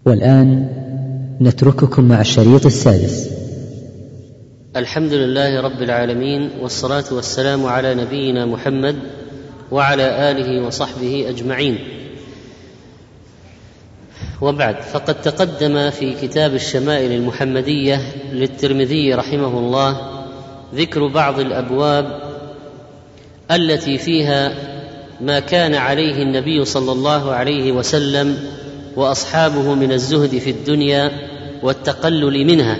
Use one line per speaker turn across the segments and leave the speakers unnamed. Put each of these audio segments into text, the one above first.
والآن نترككم مع الشريط السادس.
الحمد لله رب العالمين، والصلاة والسلام على نبينا محمد وعلى آله وصحبه أجمعين، وبعد. فقد تقدم في كتاب الشمائل المحمدية للترمذي رحمه الله ذكر بعض الأبواب التي فيها ما كان عليه النبي صلى الله عليه وسلم وأصحابه من الزهد في الدنيا والتقلل منها.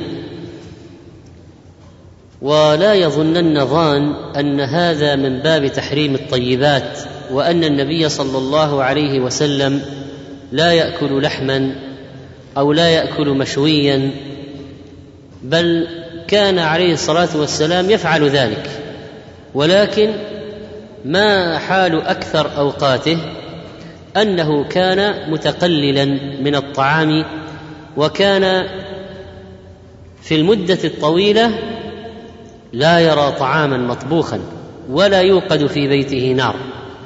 ولا يظنن ظان أن هذا من باب تحريم الطيبات، وأن النبي صلى الله عليه وسلم لا يأكل لحما أو لا يأكل مشويا، بل كان عليه الصلاة والسلام يفعل ذلك، ولكن ما حال أكثر أوقاته أنه كان متقللا من الطعام، وكان في المدة الطويلة لا يرى طعاما مطبوخا ولا يوقد في بيته نار.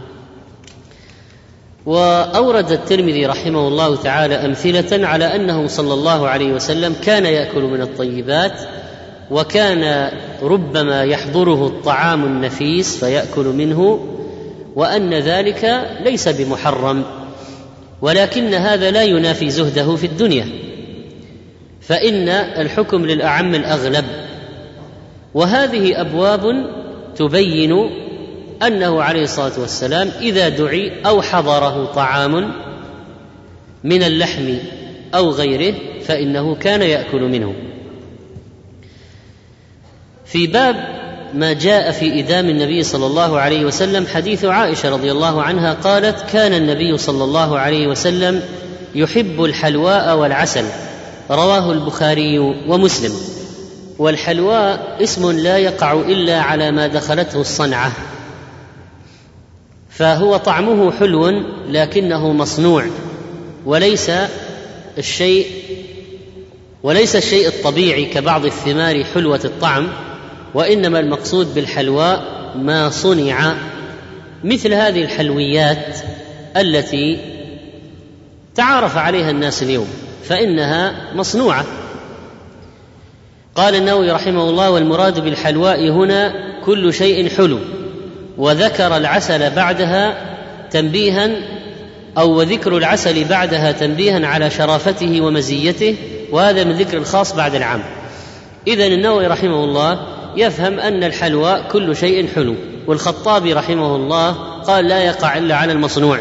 وأورد الترمذي رحمه الله تعالى أمثلة على أنه صلى الله عليه وسلم كان يأكل من الطيبات، وكان ربما يحضره الطعام النفيس فيأكل منه، وأن ذلك ليس بمحرم، ولكن هذا لا ينافي زهده في الدنيا، فإن الحكم للأعم الأغلب. وهذه أبواب تبين أنه عليه الصلاة والسلام إذا دعي أو حضره طعام من اللحم أو غيره فإنه كان يأكل منه. في باب ما جاء في إدام النبي صلى الله عليه وسلم حديث عائشة رضي الله عنها قالت: كان النبي صلى الله عليه وسلم يحب الحلواء والعسل، رواه البخاري ومسلم. والحلواء اسم لا يقع إلا على ما دخلته الصنعة، فهو طعمه حلو لكنه مصنوع، وليس الشيء الطبيعي كبعض الثمار حلوة الطعم، وإنما المقصود بالحلواء ما صنع، مثل هذه الحلويات التي تعارف عليها الناس اليوم فإنها مصنوعة. قال النووي رحمه الله: والمراد بالحلواء هنا كل شيء حلو، وذكر العسل بعدها تنبيها وذكر العسل بعدها تنبيها على شرافته ومزيته، وهذا من ذكر الخاص بعد العام. إذن النووي رحمه الله يفهم أن الحلوى كل شيء حلو، والخطابي رحمه الله قال لا يقع إلا على المصنوع.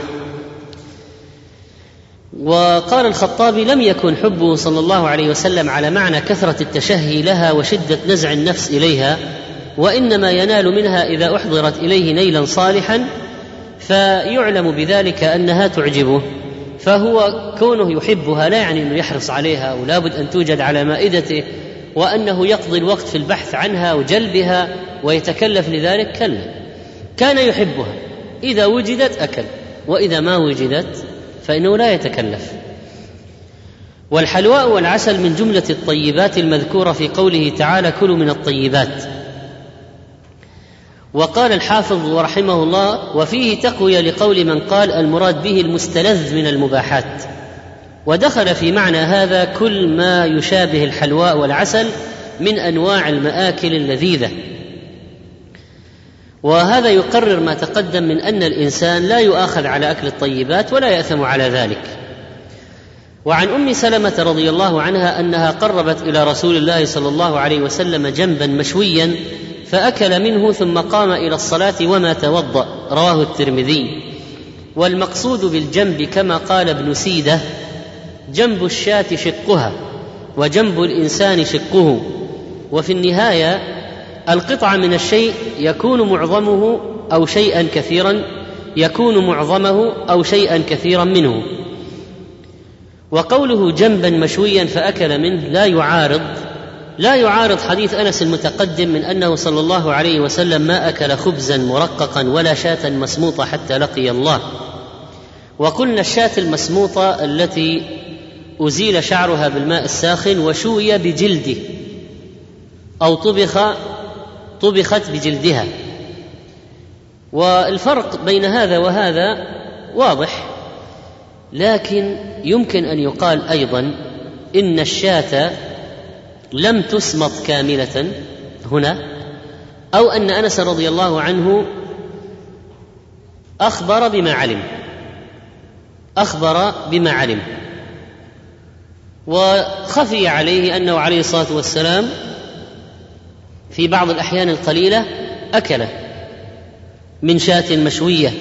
وقال الخطابي: لم يكن حبه صلى الله عليه وسلم على معنى كثرة التشهي لها وشدة نزع النفس إليها، وإنما ينال منها إذا أحضرت إليه نيلا صالحا فيعلم بذلك أنها تعجبه، فهو كونه يحبها لا يعني أنه يحرص عليها ولا بد أن توجد على مائدته، وأنه يقضي الوقت في البحث عنها وجلبها ويتكلف لذلك. كلا، كان يحبها، إذا وجدت أكل، وإذا ما وجدت فإنه لا يتكلف. والحلواء والعسل من جملة الطيبات المذكورة في قوله تعالى: كلوا من الطيبات. وقال الحافظ رحمه الله: وفيه تقوية لقول من قال المراد به المستلذ من المباحات، ودخل في معنى هذا كل ما يشابه الحلواء والعسل من أنواع المآكل اللذيذة. وهذا يقرر ما تقدم من أن الإنسان لا يؤاخذ على أكل الطيبات ولا يأثم على ذلك. وعن أم سلمة رضي الله عنها أنها قربت إلى رسول الله صلى الله عليه وسلم جنبا مشويا فأكل منه ثم قام إلى الصلاة وما توضأ، رواه الترمذي. والمقصود بالجنب كما قال ابن سيدة: جنب الشاة شقها وجنب الإنسان شقه. وفي النهاية القطعة من الشيء يكون معظمه أو شيئا كثيرا منه. وقوله جنبا مشويا فأكل منه لا يعارض حديث أنس المتقدم من أنه صلى الله عليه وسلم ما أكل خبزا مرققا ولا شاة مسموطة حتى لقي الله. وقلنا الشاة المسموطة التي أزيل شعرها بالماء الساخن وشوي بجلده أو طبخت بجلدها. والفرق بين هذا وهذا واضح، لكن يمكن أن يقال أيضا إن الشاة لم تسمط كاملة هنا، أو أن أنس رضي الله عنه أخبر بما علم وخفي عليه أنه عليه الصلاة والسلام في بعض الأحيان القليلة أكل من شاة مشوية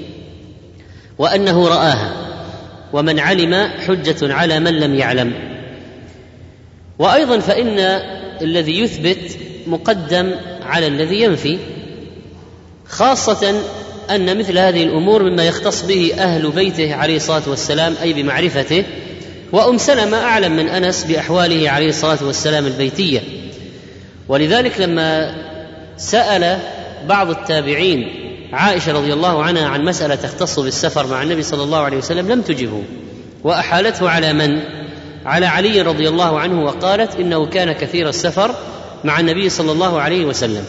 وأنه رآها، ومن علم حجة على من لم يعلم. وأيضا فإن الذي يثبت مقدم على الذي ينفي، خاصة أن مثل هذه الأمور مما يختص به أهل بيته عليه الصلاة والسلام، أي بمعرفته. وأم سلمة أعلم من أنس بأحواله عليه الصلاة والسلام البيتية، ولذلك لما سأل بعض التابعين عائشة رضي الله عنها عن مسألة تختص بالسفر مع النبي صلى الله عليه وسلم لم تجبه، وأحالته على من؟ على علي رضي الله عنه، وقالت إنه كان كثير السفر مع النبي صلى الله عليه وسلم.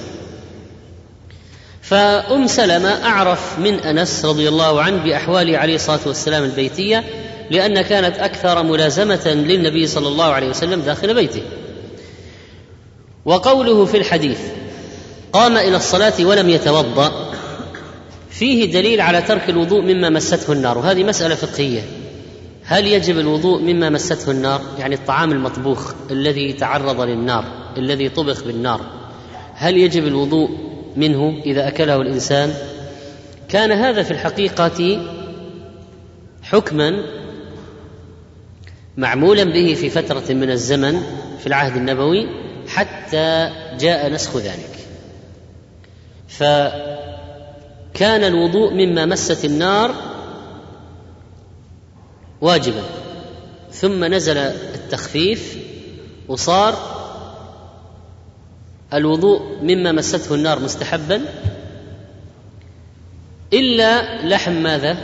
فأم سلمة أعرف من أنس رضي الله عنه بأحواله عليه الصلاة والسلام البيتية، لأن كانت أكثر ملازمة للنبي صلى الله عليه وسلم داخل بيته. وقوله في الحديث قام إلى الصلاة ولم يتوضأ فيه دليل على ترك الوضوء مما مسته النار، وهذه مسألة فقهية. هل يجب الوضوء مما مسته النار؟ يعني الطعام المطبوخ الذي تعرض للنار، الذي طبخ بالنار، هل يجب الوضوء منه إذا أكله الإنسان؟ كان هذا في الحقيقة حكما معمولا به في فترة من الزمن في العهد النبوي حتى جاء نسخ ذلك، فكان الوضوء مما مست النار واجبا، ثم نزل التخفيف وصار الوضوء مما مسته النار مستحبا، إلا لحم ماذا؟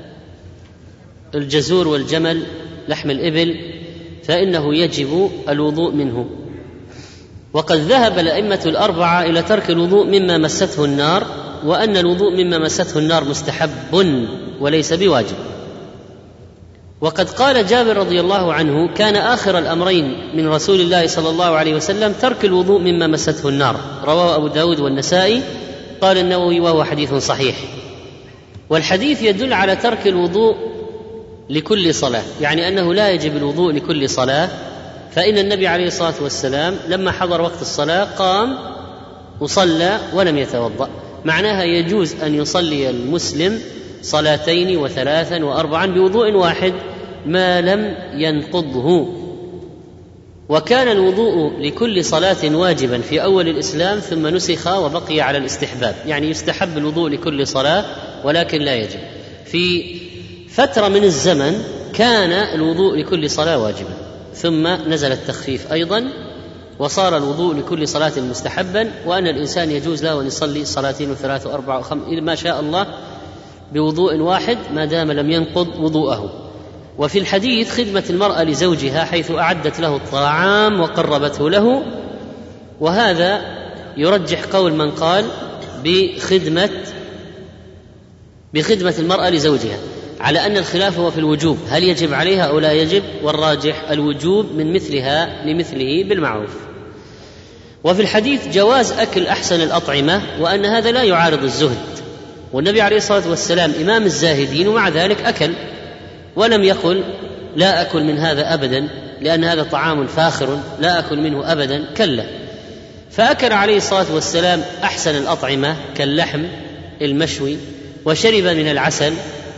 الجزور والجمل، لحم الإبل، فإنه يجب الوضوء منه. وقد ذهب الأئمة الأربعة إلى ترك الوضوء مما مسته النار، وأن الوضوء مما مسته النار مستحب وليس بواجب. وقد قال جابر رضي الله عنه كان آخر الأمرين من رسول الله صلى الله عليه وسلم ترك الوضوء مما مسته النار، رواه أبو داود والنسائي، قال النووي وهو حديث صحيح. والحديث يدل على ترك الوضوء لكل صلاة، يعني أنه لا يجب الوضوء لكل صلاة، فإن النبي عليه الصلاة والسلام لما حضر وقت الصلاة قام وصلى ولم يتوضأ. معناها يجوز أن يصلي المسلم صلاتين وثلاثا وأربعا بوضوء واحد ما لم ينقضه. وكان الوضوء لكل صلاة واجبا في أول الإسلام، ثم نسخ وبقي على الاستحباب، يعني يستحب الوضوء لكل صلاة ولكن لا يجب. في فترة من الزمن كان الوضوء لكل صلاة واجبا، ثم نزل التخفيف أيضا وصار الوضوء لكل صلاة مستحبا، وأن الإنسان يجوز له أن يصلي صلاتين وثلاث وأربع وخمس ما شاء الله بوضوء واحد ما دام لم ينقض وضوءه. وفي الحديث خدمة المرأة لزوجها حيث أعدت له الطعام وقربته له، وهذا يرجح قول من قال بخدمة المرأة لزوجها، على أن الخلاف هو في الوجوب، هل يجب عليها أو لا يجب، والراجح الوجوب من مثلها لمثله بالمعروف. وفي الحديث جواز أكل أحسن الأطعمة، وأن هذا لا يعارض الزهد، والنبي عليه الصلاة والسلام إمام الزاهدين ومع ذلك أكل، ولم يقل لا أكل من هذا أبدا لأن هذا طعام فاخر لا أكل منه أبدا، كلا، فأكل عليه الصلاة والسلام أحسن الأطعمة كاللحم المشوي، وشرب من العسل،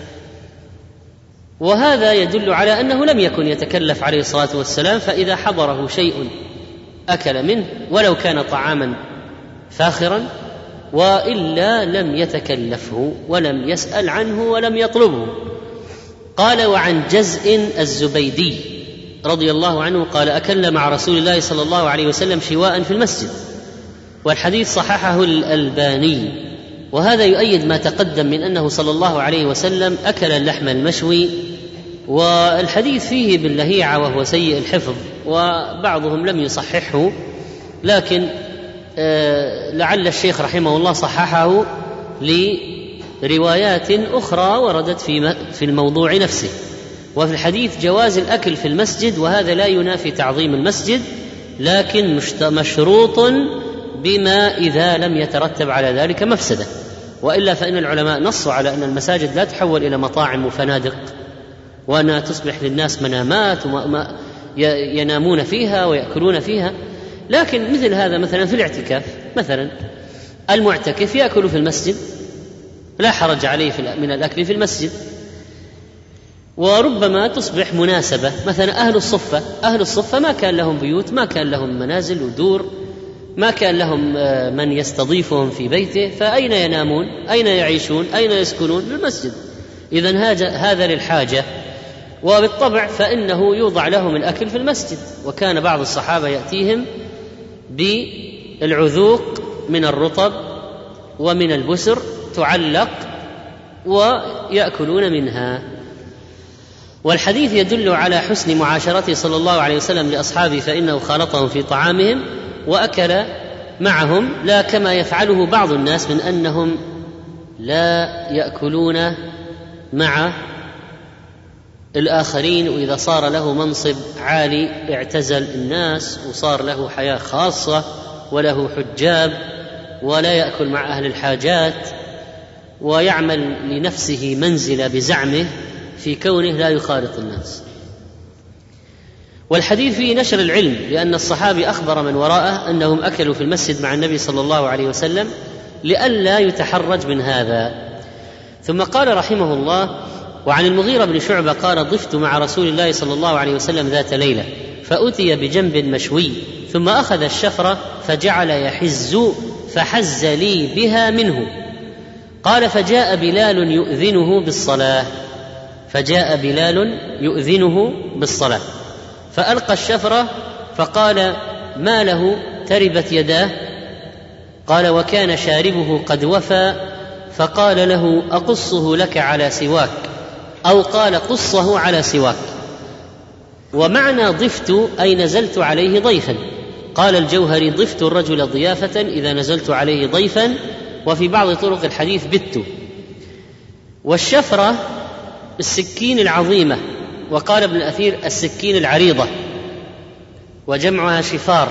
وهذا يدل على أنه لم يكن يتكلف عليه الصلاة والسلام، فإذا حضره شيء أكل منه ولو كان طعاما فاخرا، وإلا لم يتكلفه ولم يسأل عنه ولم يطلبه. قال وعن جزء الزبيدي رضي الله عنه قال أكل مع رسول الله صلى الله عليه وسلم شواء في المسجد، والحديث صححه الألباني، وهذا يؤيد ما تقدم من أنه صلى الله عليه وسلم أكل اللحم المشوي. والحديث فيه باللهيعة وهو سيء الحفظ، وبعضهم لم يصححه، لكن لعل الشيخ رحمه الله صححه لروايات أخرى وردت في الموضوع نفسه. وفي الحديث جواز الأكل في المسجد، وهذا لا ينافي تعظيم المسجد، لكن مشروط بما إذا لم يترتب على ذلك مفسدة، وإلا فإن العلماء نصوا على أن المساجد لا تحول إلى مطاعم وفنادق، وأنها تصبح للناس منامات ينامون فيها ويأكلون فيها. لكن مثل هذا مثلا في الاعتكاف، مثلا المعتكف يأكل في المسجد، لا حرج عليه من الأكل في المسجد. وربما تصبح مناسبة، مثلا أهل الصفة ما كان لهم بيوت، ما كان لهم منازل ودور، ما كان لهم من يستضيفهم في بيته، فأين ينامون؟ أين يعيشون؟ أين يسكنون؟ بالمسجد. إذن هذا للحاجة، وبالطبع فإنه يوضع لهم الأكل في المسجد. وكان بعض الصحابة يأتيهم بالعذوق من الرطب ومن البسر تعلق ويأكلون منها. والحديث يدل على حسن معاشرته صلى الله عليه وسلم لأصحابه، فإنه خالطهم في طعامهم وأكل معهم، لا كما يفعله بعض الناس من أنهم لا يأكلون مع الآخرين، وإذا صار له منصب عالي اعتزل الناس وصار له حياة خاصة وله حجاب، ولا يأكل مع أهل الحاجات، ويعمل لنفسه منزل بزعمه في كونه لا يخالط الناس. والحديث فيه نشر العلم، لأن الصحابي أخبر من وراءه أنهم أكلوا في المسجد مع النبي صلى الله عليه وسلم لئلا يتحرج من هذا. ثم قال رحمه الله: وعن المغيرة بن شعبة قال: ضفت مع رسول الله صلى الله عليه وسلم ذات ليلة، فأتي بجنب مشوي، ثم أخذ الشفرة فجعل يحز، فحز لي بها منه. قال: فجاء بلال يؤذنه بالصلاة، فألقى الشفرة فقال: ما له؟ تربت يداه. قال: وكان شاربه قد وفى. فقال له: أقصه لك على سواك، أو قال: قصه على سواك. ومعنى ضفت أي نزلت عليه ضيفا. قال الجوهري: ضفت الرجل ضيافة إذا نزلت عليه ضيفا. وفي بعض طرق الحديث بت. والشفرة السكين العظيمة، وقال ابن الأثير السكين العريضة، وجمعها شفار.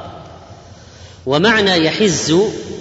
ومعنى يحز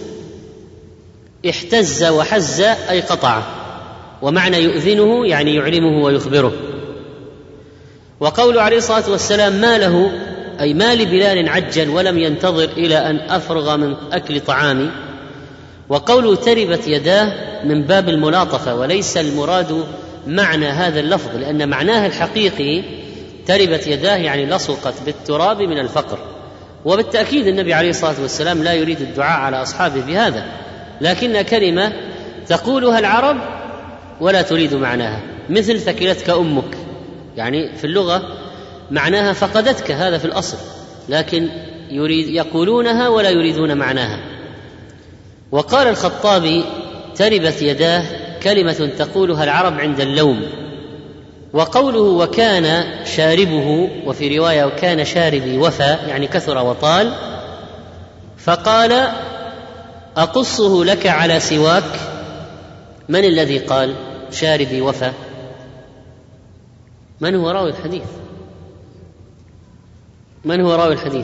احتز وحز أي قطع، ومعنى يؤذنه يعني يعلمه ويخبره. وقول عليه الصلاة والسلام: ما له أي ما لبلال عجل ولم ينتظر إلى أن أفرغ من أكل طعامي. وقوله تربت يداه من باب الملاطفة، وليس المراد معنى هذا اللفظ، لأن معناه الحقيقي تربت يداه يعني لصقت بالتراب من الفقر. وبالتأكيد النبي عليه الصلاة والسلام لا يريد الدعاء على أصحابه بهذا، لكن كلمة تقولها العرب ولا تريد معناها، مثل ثكلتك أمك، يعني في اللغة معناها فقدتك، هذا في الأصل، لكن يقولونها ولا يريدون معناها. وقال الخطابي: تربت يداه كلمة تقولها العرب عند اللوم. وقوله وكان شاربه، وفي رواية وكان شاربي وفى يعني كثر وطال. فقال: أقصه لك على سواك. من الذي قال شاربي وفى؟ من هو راوي الحديث؟ من هو راوي الحديث؟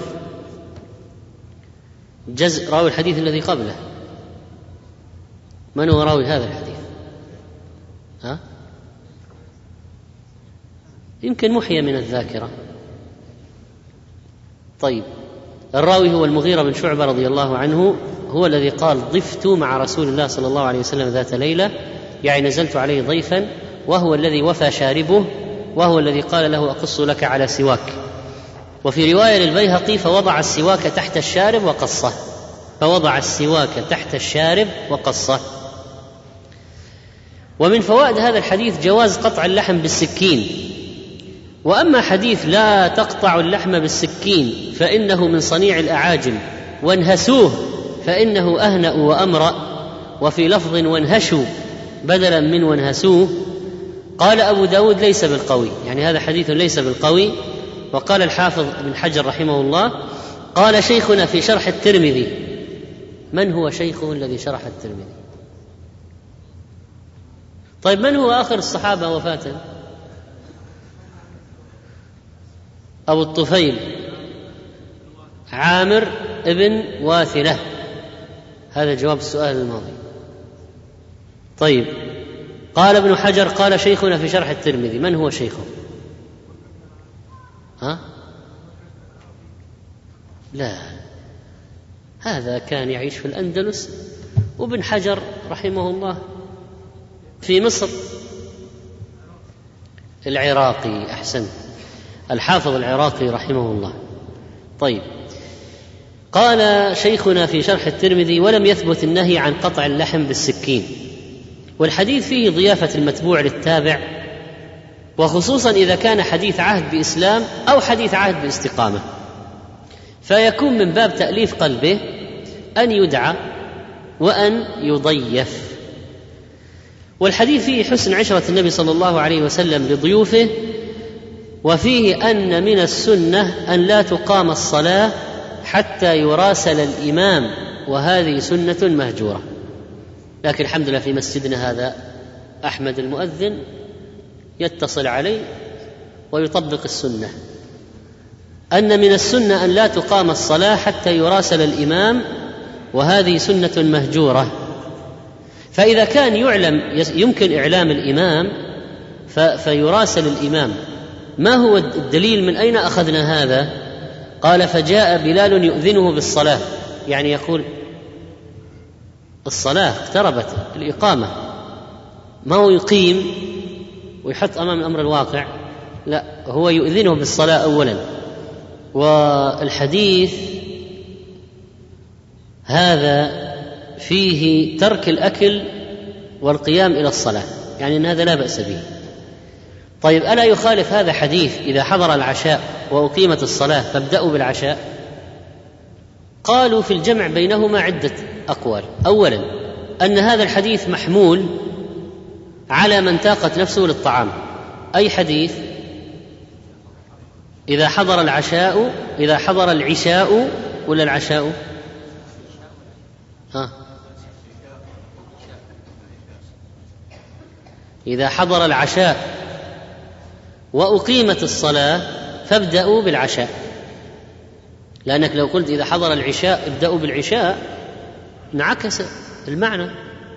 راوي الحديث الذي قبله. من هو راوي هذا الحديث؟ يمكن محيى من الذاكرة. طيب، الراوي هو المغيرة بن شعبة رضي الله عنه، هو الذي قال: ضفت مع رسول الله صلى الله عليه وسلم ذات ليلة، يعني نزلت عليه ضيفا، وهو الذي وفى شاربه، وهو الذي قال له: أقص لك على سواك. وفي رواية للبيهقي: فوضع السواك تحت الشارب وقصه. فوضع السواك تحت الشارب وقصه. ومن فوائد هذا الحديث جواز قطع اللحم بالسكين. وأما حديث لا تقطع اللحم بالسكين فإنه من صنيع الأعاجم، وانهسوه فإنه أهنأ وأمرأ، وفي لفظ وانهشوا بدلا من وانهسوه. قال أبو داود: ليس بالقوي، يعني هذا حديث ليس بالقوي. وقال الحافظ بن حجر رحمه الله: قال شيخنا في شرح الترمذي. من هو شيخه الذي شرح الترمذي؟ طيب، من هو آخر الصحابة وفاة؟ أبو الطفيل عامر ابن واثلة. هذا جواب السؤال الماضي. طيب، قال ابن حجر قال شيخنا في شرح الترمذي. من هو شيخه؟ لا، هذا كان يعيش في الأندلس، وابن حجر رحمه الله في مصر. العراقي، أحسن، الحافظ العراقي رحمه الله. طيب، قال شيخنا في شرح الترمذي: ولم يثبت النهي عن قطع اللحم بالسكين، والحديث فيه ضيافة المتبوع للتابع، وخصوصا إذا كان حديث عهد بإسلام أو حديث عهد باستقامة، فيكون من باب تأليف قلبه أن يدعى وأن يضيف. والحديث فيه حسن عشرة النبي صلى الله عليه وسلم لضيوفه، وفيه أن من السنة أن لا تقام الصلاة حتى يراسل الإمام، وهذه سنة مهجورة. لكن الحمد لله في مسجدنا هذا أحمد المؤذن يتصل عليه ويطبق السنة، أن من السنة أن لا تقام الصلاة حتى يراسل الإمام، وهذه سنة مهجورة. فإذا كان يمكن إعلام الإمام فيراسل الإمام. ما هو الدليل؟ من أين أخذنا هذا؟ قال: فجاء بلال يؤذنه بالصلاة، يعني يقول الصلاة اقتربت، الإقامة، ما هو يقيم ويحط أمام الأمر الواقع، لا، هو يؤذنه بالصلاة أولا. والحديث هذا فيه ترك الأكل والقيام إلى الصلاة، يعني أن هذا لا بأس به. طيب، ألا يخالف هذا حديث إذا حضر العشاء وأقيمت الصلاة فابدأوا بالعشاء؟ قالوا في الجمع بينهما عدة أقوال. أولا، أن هذا الحديث محمول على من طاقت نفسه للطعام. أي حديث؟ إذا حضر العشاء ولا العشاء؟ إذا حضر العشاء وأقيمت الصلاة فابدأوا بالعشاء، لأنك لو قلت إذا حضر العشاء ابدأوا بالعشاء عكست المعنى.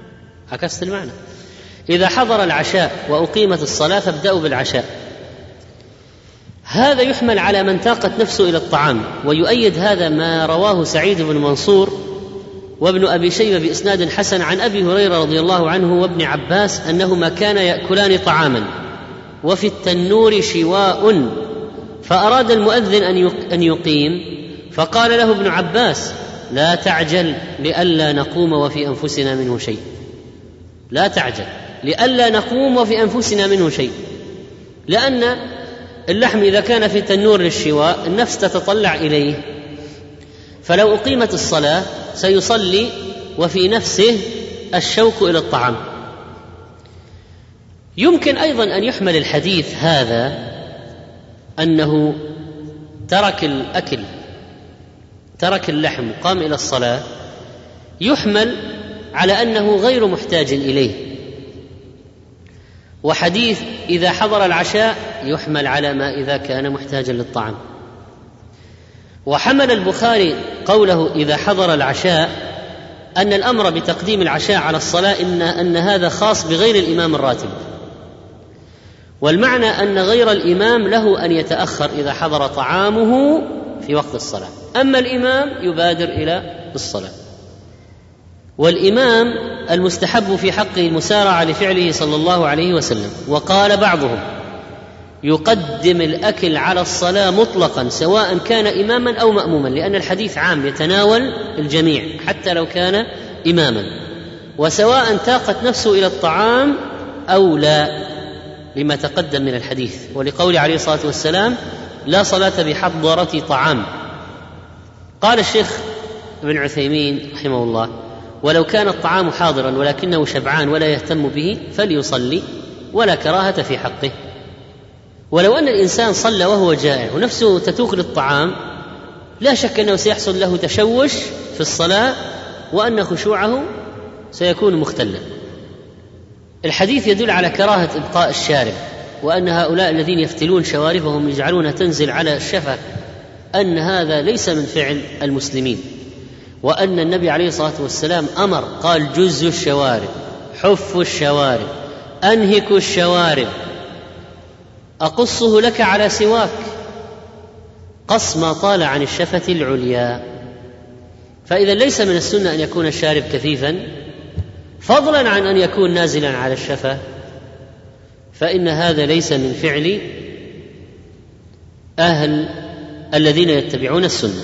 إذا حضر العشاء وأقيمت الصلاة فابدأوا بالعشاء. هذا يحمل على من طاقت نفسه إلى الطعام، ويؤيد هذا ما رواه سعيد بن منصور وابن أبي شيبة بإسناد حسن عن أبي هريرة رضي الله عنه وابن عباس أنهما كانا يأكلان طعاما وفي التنور شواء، فأراد المؤذن أن يقيم، فقال له ابن عباس: لا تعجل لئلا نقوم وفي أنفسنا منه شيء. لا تعجل لئلا نقوم وفي أنفسنا منه شيء، لأن اللحم إذا كان في تنور للشواء النفس تتطلع إليه، فلو أقيمت الصلاة سيصلي وفي نفسه الشوق إلى الطعام. يمكن أيضا أن يحمل الحديث هذا أنه ترك اللحم قام إلى الصلاة، يحمل على أنه غير محتاج إليه. وحديث إذا حضر العشاء يحمل على ما إذا كان محتاجا للطعام. وحمل البخاري قوله إذا حضر العشاء أن الأمر بتقديم العشاء على الصلاة أن هذا خاص بغير الإمام الراتب، والمعنى أن غير الإمام له أن يتأخر إذا حضر طعامه في وقت الصلاة، أما الإمام يبادر إلى الصلاة. والإمام المستحب في حقه المسارعة لفعله صلى الله عليه وسلم. وقال بعضهم يقدم الأكل على الصلاة مطلقا سواء كان إماما أو مأموما، لأن الحديث عام يتناول الجميع حتى لو كان إماما، وسواء طاقت نفسه إلى الطعام أو لا، لما تقدم من الحديث، ولقول عليه الصلاة والسلام: لا صلاة بحضرة طعام. قال الشيخ ابن عثيمين رحمه الله: ولو كان الطعام حاضرا ولكنه شبعان ولا يهتم به فليصلي ولا كراهة في حقه. ولو أن الإنسان صلى وهو جائع ونفسه تتوق للطعام، لا شك أنه سيحصل له تشوش في الصلاة وأن خشوعه سيكون مختلا. الحديث يدل على كراهة إبقاء الشارب، وأن هؤلاء الذين يفتلون شواربهم يجعلونها تنزل على الشفة أن هذا ليس من فعل المسلمين، وأن النبي عليه الصلاة والسلام أمر قال: جزوا الشوارب، حفوا الشوارب، أنهكوا الشوارب، أقصه لك على سواك، قص ما طال عن الشفة العليا. فإذا ليس من السنة أن يكون الشارب كثيفا، فضلا عن أن يكون نازلا على الشفة، فإن هذا ليس من فعل أهل الذين يتبعون السنة.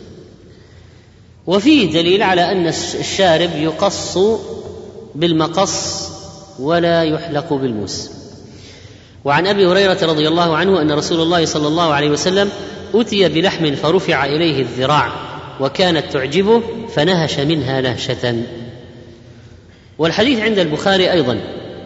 وفيه دليل على أن الشارب يقص بالمقص ولا يحلق بالموس. وعن أبي هريرة رضي الله عنه أن رسول الله صلى الله عليه وسلم أتي بلحم فرفع إليه الذراع وكانت تعجبه فنهش منها نهشة. والحديث عند البخاري أيضا.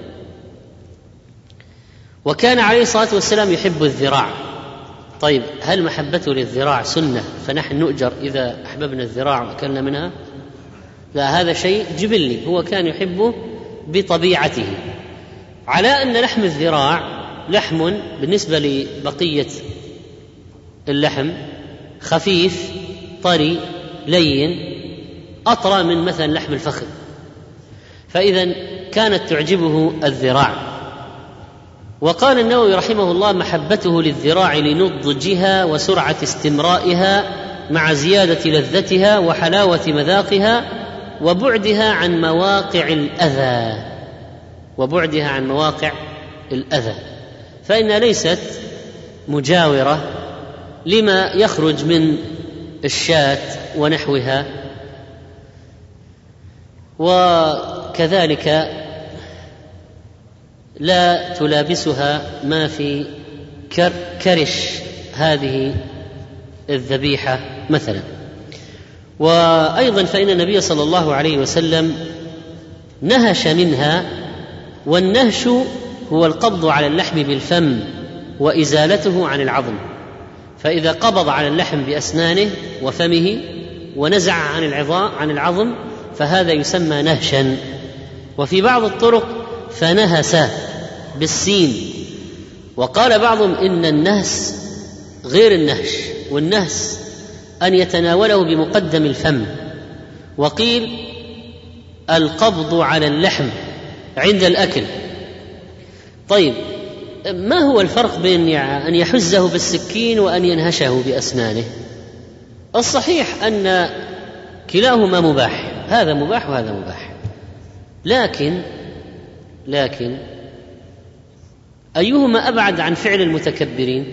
وكان عليه الصلاة والسلام يحب الذراع. طيب، هل محبته للذراع سنة فنحن نؤجر إذا أحببنا الذراع وأكلنا منها؟ لا، هذا شيء جبلي، هو كان يحبه بطبيعته، على أن لحم الذراع لحم بالنسبة لبقية اللحم خفيف طري لين أطرى من مثلا لحم الفخذ، فإذا كانت تعجبه الذراع. وقال النووي رحمه الله: محبته للذراع لنضجها وسرعة استمرائها مع زيادة لذتها وحلاوة مذاقها وبعدها عن مواقع الأذى، فإنها ليست مجاورة لما يخرج من الشاة ونحوها. وكذلك لا تلابسها ما في كرش هذه الذبيحة مثلا. وأيضا فإن النبي صلى الله عليه وسلم نهش منها، والنهش هو القبض على اللحم بالفم وإزالته عن العظم، فإذا قبض على اللحم بأسنانه وفمه ونزع عن العظم فهذا يسمى نهشا. وفي بعض الطرق فنهس بالسين. وقال بعضهم إن النهس غير النهش، والنهس أن يتناوله بمقدم الفم، وقيل القبض على اللحم عند الأكل. طيب، ما هو الفرق بين أن يحزه بالسكين وأن ينهشه بأسنانه؟ الصحيح أن كلاهما مباح، هذا مباح وهذا مباح، لكن أيهما أبعد عن فعل المتكبرين؟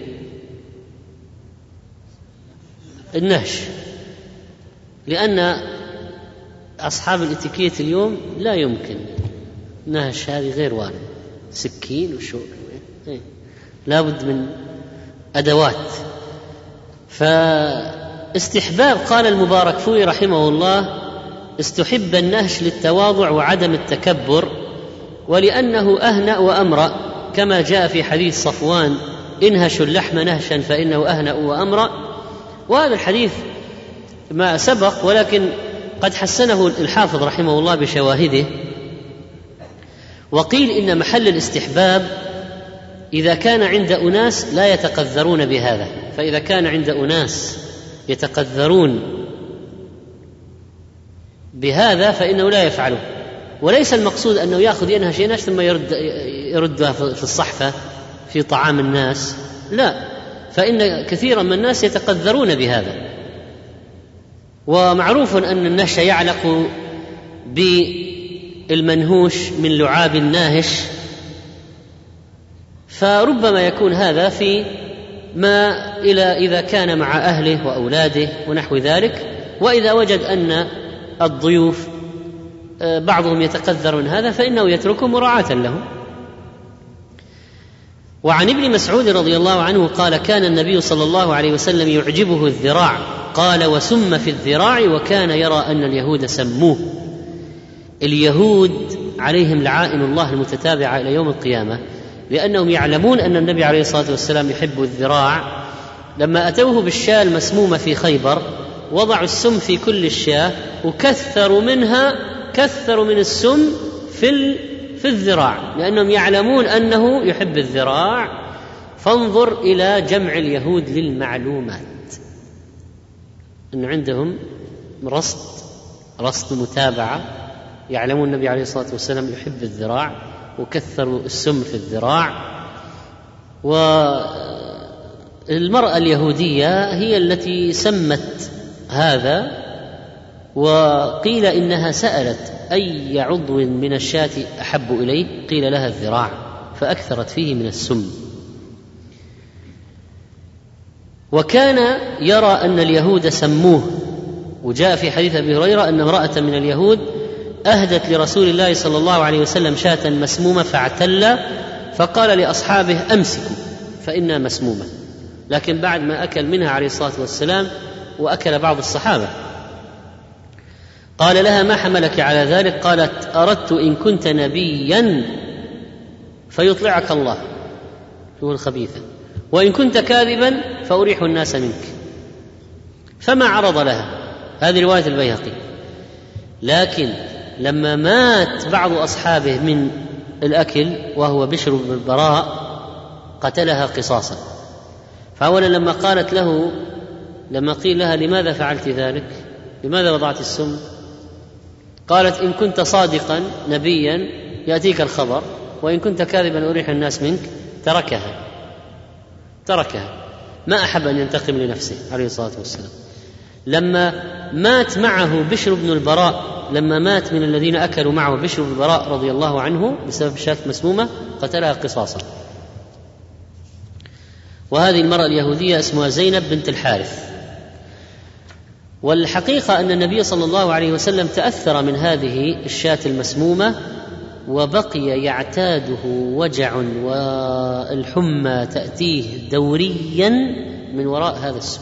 النهش، لأن أصحاب الاتيكيت اليوم لا يمكن نهش، هذه غير وارد، سكين وشوك، لا بد من أدوات. فاستحباب، قال المباركفوري رحمه الله: استحب النهش للتواضع وعدم التكبر، ولأنه أهنأ وأمرأ، كما جاء في حديث صفوان: انهشوا اللحم نهشا فإنه أهنأ وأمرأ. وهذا الحديث ما سبق، ولكن قد حسنه الحافظ رحمه الله بشواهده. وقيل إن محل الاستحباب إذا كان عند أناس لا يتقذرون بهذا، فإذا كان عند أناس يتقذرون بهذا فإنه لا يفعله. وليس المقصود أنه يأخذ ينهش ثم يردها في الصحفة في طعام الناس، لا، فإن كثيرا من الناس يتقذرون بهذا. ومعروف أن النهش يعلق بالمنهوش من لعاب الناهش، فربما يكون هذا في ما إذا كان مع أهله وأولاده ونحو ذلك. وإذا وجد أن الضيوف بعضهم يتقذر من هذا فإنه يتركه مراعاة له. وعن ابن مسعود رضي الله عنه قال: كان النبي صلى الله عليه وسلم يعجبه الذراع، قال: وسم في الذراع، وكان يرى أن اليهود سموه. اليهود عليهم لعائن الله المتتابعة إلى يوم القيامة، لأنهم يعلمون أن النبي عليه الصلاة والسلام يحب الذراع. لما أتوه بالشاة المسمومة في خيبر وضعوا السم في كل الشاة وكثروا من السم في الذراع، لأنهم يعلمون أنه يحب الذراع. فانظر إلى جمع اليهود للمعلومات، أن عندهم رصد متابعة، يعلمون النبي عليه الصلاة والسلام يحب الذراع وكثروا السم في الذراع. والمرأة اليهودية هي التي سمت هذا، وقيل إنها سألت أي عضو من الشاة أحب إليه، قيل لها الذراع، فأكثرت فيه من السم. وكان يرى أن اليهود سموه، وجاء في حديث أبي هريرة أن امرأة من اليهود أهدت لرسول الله صلى الله عليه وسلم شاة مسمومة فاعتل، فقال لأصحابه أمسكوا فإنها مسمومة، لكن بعد ما أكل منها عليه الصلاة والسلام وأكل بعض الصحابة. قال لها ما حملك على ذلك؟ قالت أردت إن كنت نبيا فيطلعك الله، هو الخبيثة، وإن كنت كاذبا فأريح الناس منك. فما عرض لها. هذه رواية البيهقي. لكن لما مات بعض أصحابه من الأكل وهو بشر بن البراء قتلها قصاصا. فأولا لما قيل لها لماذا فعلت ذلك، لماذا وضعت السم، قالت إن كنت صادقا نبيا يأتيك الخبر، وإن كنت كاذبا أريح الناس منك. تركها، ما أحب أن ينتقم لنفسه عليه الصلاة والسلام. لما مات معه بشر بن البراء، لما مات من الذين أكلوا معه بشر بن البراء رضي الله عنه بسبب شاة مسمومة قتلها قصاصا. وهذه المرأة اليهودية اسمها زينب بنت الحارث. والحقيقة أن النبي صلى الله عليه وسلم تأثر من هذه الشاة المسمومة، وبقي يعتاده وجع والحمى تأتيه دوريا من وراء هذا السم،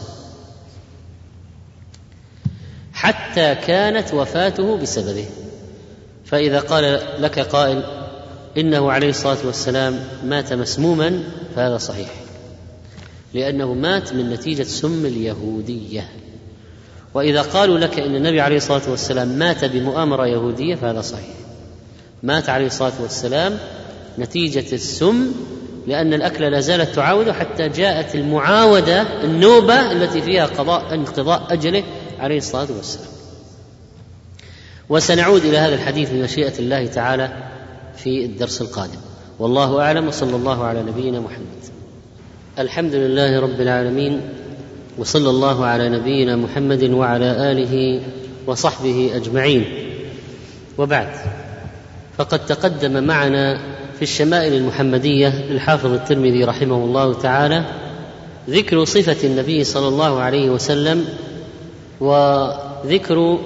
حتى كانت وفاته بسببه. فإذا قال لك قائل إنه عليه الصلاة والسلام مات مسموما فهذا صحيح، لأنه مات من نتيجة سم اليهودية. وإذا قالوا لك إن النبي عليه الصلاة والسلام مات بمؤامرة يهودية فهذا صحيح، مات عليه الصلاة والسلام نتيجة السم، لأن الأكل لا زالت تعاوده حتى جاءت المعاودة النوبة التي فيها انقضاء أجله عليه الصلاة والسلام. وسنعود إلى هذا الحديث بمشيئة الله تعالى في الدرس القادم، والله أعلم، وصلى الله على نبينا محمد. الحمد لله رب العالمين، وصلى الله على نبينا محمد وعلى آله وصحبه أجمعين. وبعد، فقد تقدم معنا في الشمائل المحمدية للحافظ الترمذي رحمه الله تعالى ذكر صفة النبي صلى الله عليه وسلم، وذكر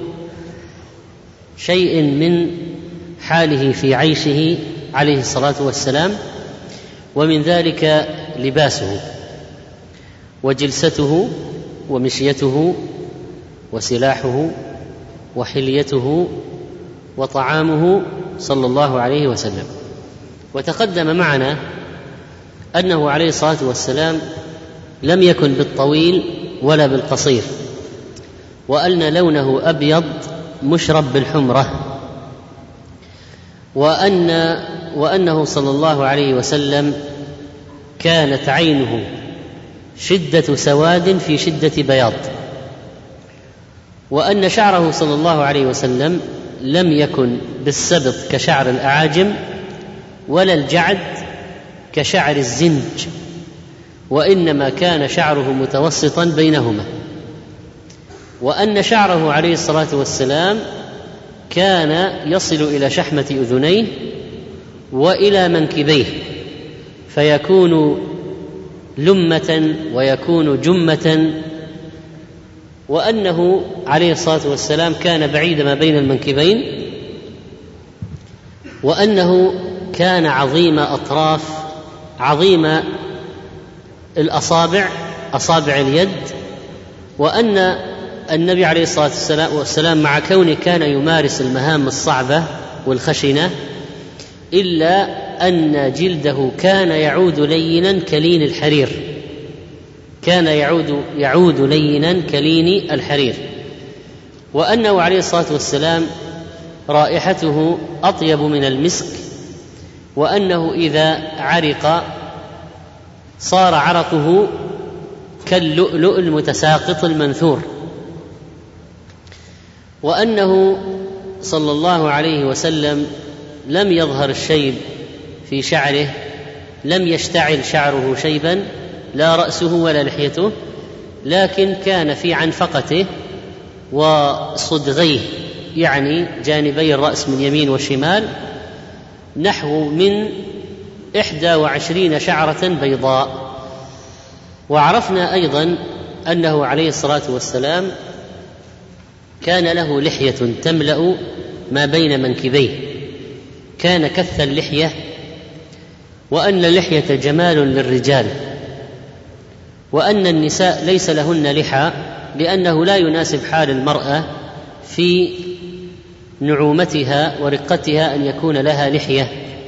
شيء من حاله في عيشه عليه الصلاة والسلام، ومن ذلك لباسه وجلسته ومشيته وسلاحه وحليته وطعامه صلى الله عليه وسلم. وتقدم معنا أنه عليه الصلاة والسلام لم يكن بالطويل ولا بالقصير، وأن لونه أبيض مشرب بالحمرة، وأنه صلى الله عليه وسلم كانت عينه شدة سواد في شدة بياض، وأن شعره صلى الله عليه وسلم لم يكن بالسبط كشعر الأعاجم، ولا الجعد كشعر الزنج، وإنما كان شعره متوسطا بينهما، وأن شعره عليه الصلاة والسلام كان يصل إلى شحمة أذنيه وإلى منكبيه، فيكون لمة ويكون جمة، وأنه عليه الصلاة والسلام كان بعيد ما بين المنكبين، وأنه كان عظيم أطراف، عظيم الأصابع، أصابع اليد، وأن النبي عليه الصلاة والسلام مع كونه كان يمارس المهام الصعبة والخشنة، إلا أن جلده كان يعود لينا كلين الحرير، كان يعود لينا كلين الحرير، وأنه عليه الصلاة والسلام رائحته أطيب من المسك، وأنه إذا عرق صار عرقه كاللؤلؤ المتساقط المنثور، وأنه صلى الله عليه وسلم لم يظهر الشيب في شعره، لم يشتعل شعره شيبا، لا رأسه ولا لحيته، لكن كان في عنفقته وصدغيه، يعني جانبي الرأس من يمين وشمال، نحو من 21 شعرة بيضاء. وعرفنا أيضا أنه عليه الصلاة والسلام كان له لحية تملأ ما بين منكبيه، كان كث اللحية، وأن اللحية جمال للرجال، وأن النساء ليس لهن لحى، لأنه لا يناسب حال المرأة في نعومتها ورقتها أن يكون لها لحية.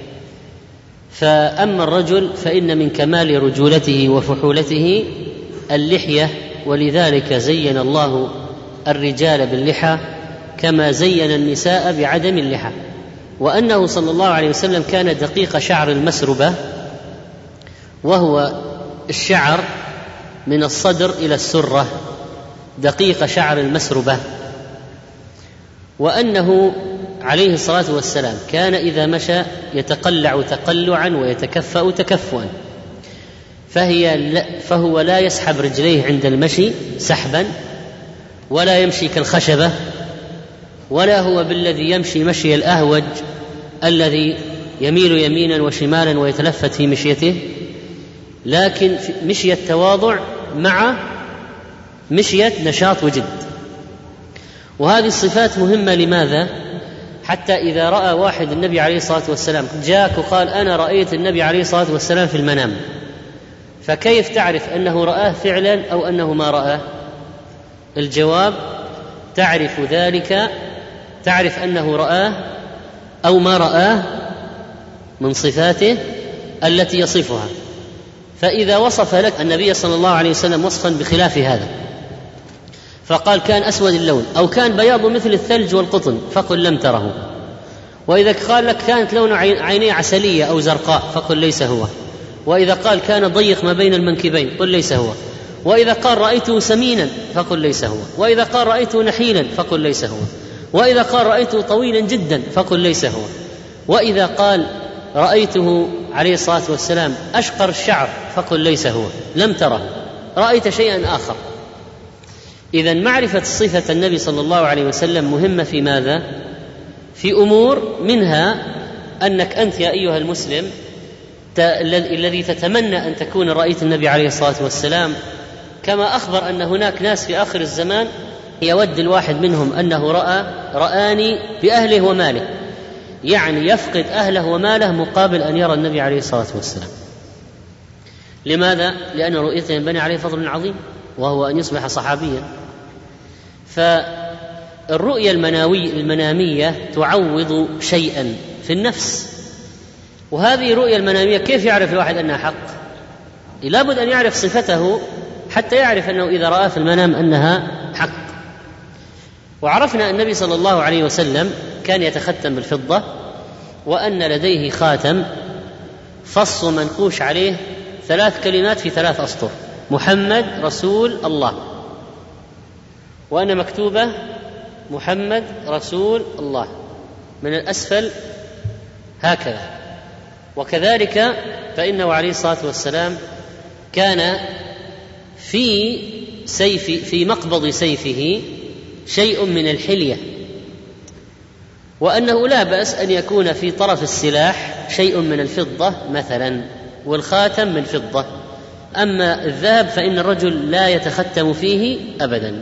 فأما الرجل فإن من كمال رجولته وفحولته اللحية، ولذلك زين الله الرجال باللحى كما زين النساء بعدم اللحى. وأنه صلى الله عليه وسلم كان دقيق شعر المسربة، وهو الشعر من الصدر إلى السرة، دقيق شعر المسربة. وأنه عليه الصلاة والسلام كان إذا مشى يتقلع تقلعا ويتكفأ تكفؤا، فهو لا يسحب رجليه عند المشي سحبا، ولا يمشي كالخشبة، ولا هو بالذي يمشي مشي الأهوج الذي يميل يمينا وشمالا ويتلفت في مشيته، لكن مشية تواضع مع مشية نشاط وجد. وهذه الصفات مهمة. لماذا؟ حتى إذا رأى واحد النبي عليه الصلاة والسلام، جاءك وقال أنا رأيت النبي عليه الصلاة والسلام في المنام، فكيف تعرف أنه رآه فعلا أو أنه ما رآه؟ الجواب: تعرف ذلك، تعرف أنه رآه أو ما رآه من صفاته التي يصفها. فإذا وصف لك النبي صلى الله عليه وسلم وصفا بخلاف هذا، فقال كان أسود اللون أو كان بياض مثل الثلج والقطن، فقل لم تره. وإذا قال لك كانت لون عينيه عسلية أو زرقاء، فقل ليس هو. وإذا قال كان ضيق ما بين المنكبين، قل ليس هو. وإذا قال رأيته سمينا، فقل ليس هو. وإذا قال رأيته نحيلا، فقل ليس هو. وإذا قال رأيته طويلا جدا، فقل ليس هو. وإذا قال رأيته عليه الصلاة والسلام أشقر الشعر، فقل ليس هو، لم تره، رأيت شيئا آخر. إذن معرفة صفة النبي صلى الله عليه وسلم مهمة في ماذا؟ في أمور، منها أنك أنت يا أيها المسلم الذي تتمنى أن تكون رأيت النبي عليه الصلاة والسلام، كما أخبر أن هناك ناس في آخر الزمان يود الواحد منهم أنه رآني بأهله وماله، يعني يفقد أهله وماله مقابل أن يرى النبي عليه الصلاة والسلام. لماذا؟ لأن رؤيته ينبني عليه فضل عظيم، وهو أن يصبح صحابيا. فالرؤية المنامية تعوض شيئا في النفس، وهذه الرؤية المنامية كيف يعرف الواحد أنها حق؟ لابد أن يعرف صفته حتى يعرف أنه إذا رأى في المنام أنها حق. وعرفنا أن النبي صلى الله عليه وسلم كان يتختم بالفضة، وأن لديه خاتم فص منقوش عليه 3 كلمات في 3 أسطر: محمد رسول الله، وأنا مكتوبة محمد رسول الله من الأسفل هكذا. وكذلك فإنه عليه الصلاة والسلام كان في مقبض سيفه شيء من الحلية، وأنه لا بأس أن يكون في طرف السلاح شيء من الفضة مثلا، والخاتم من فضة. أما الذهب فإن الرجل لا يتختم فيه أبدا.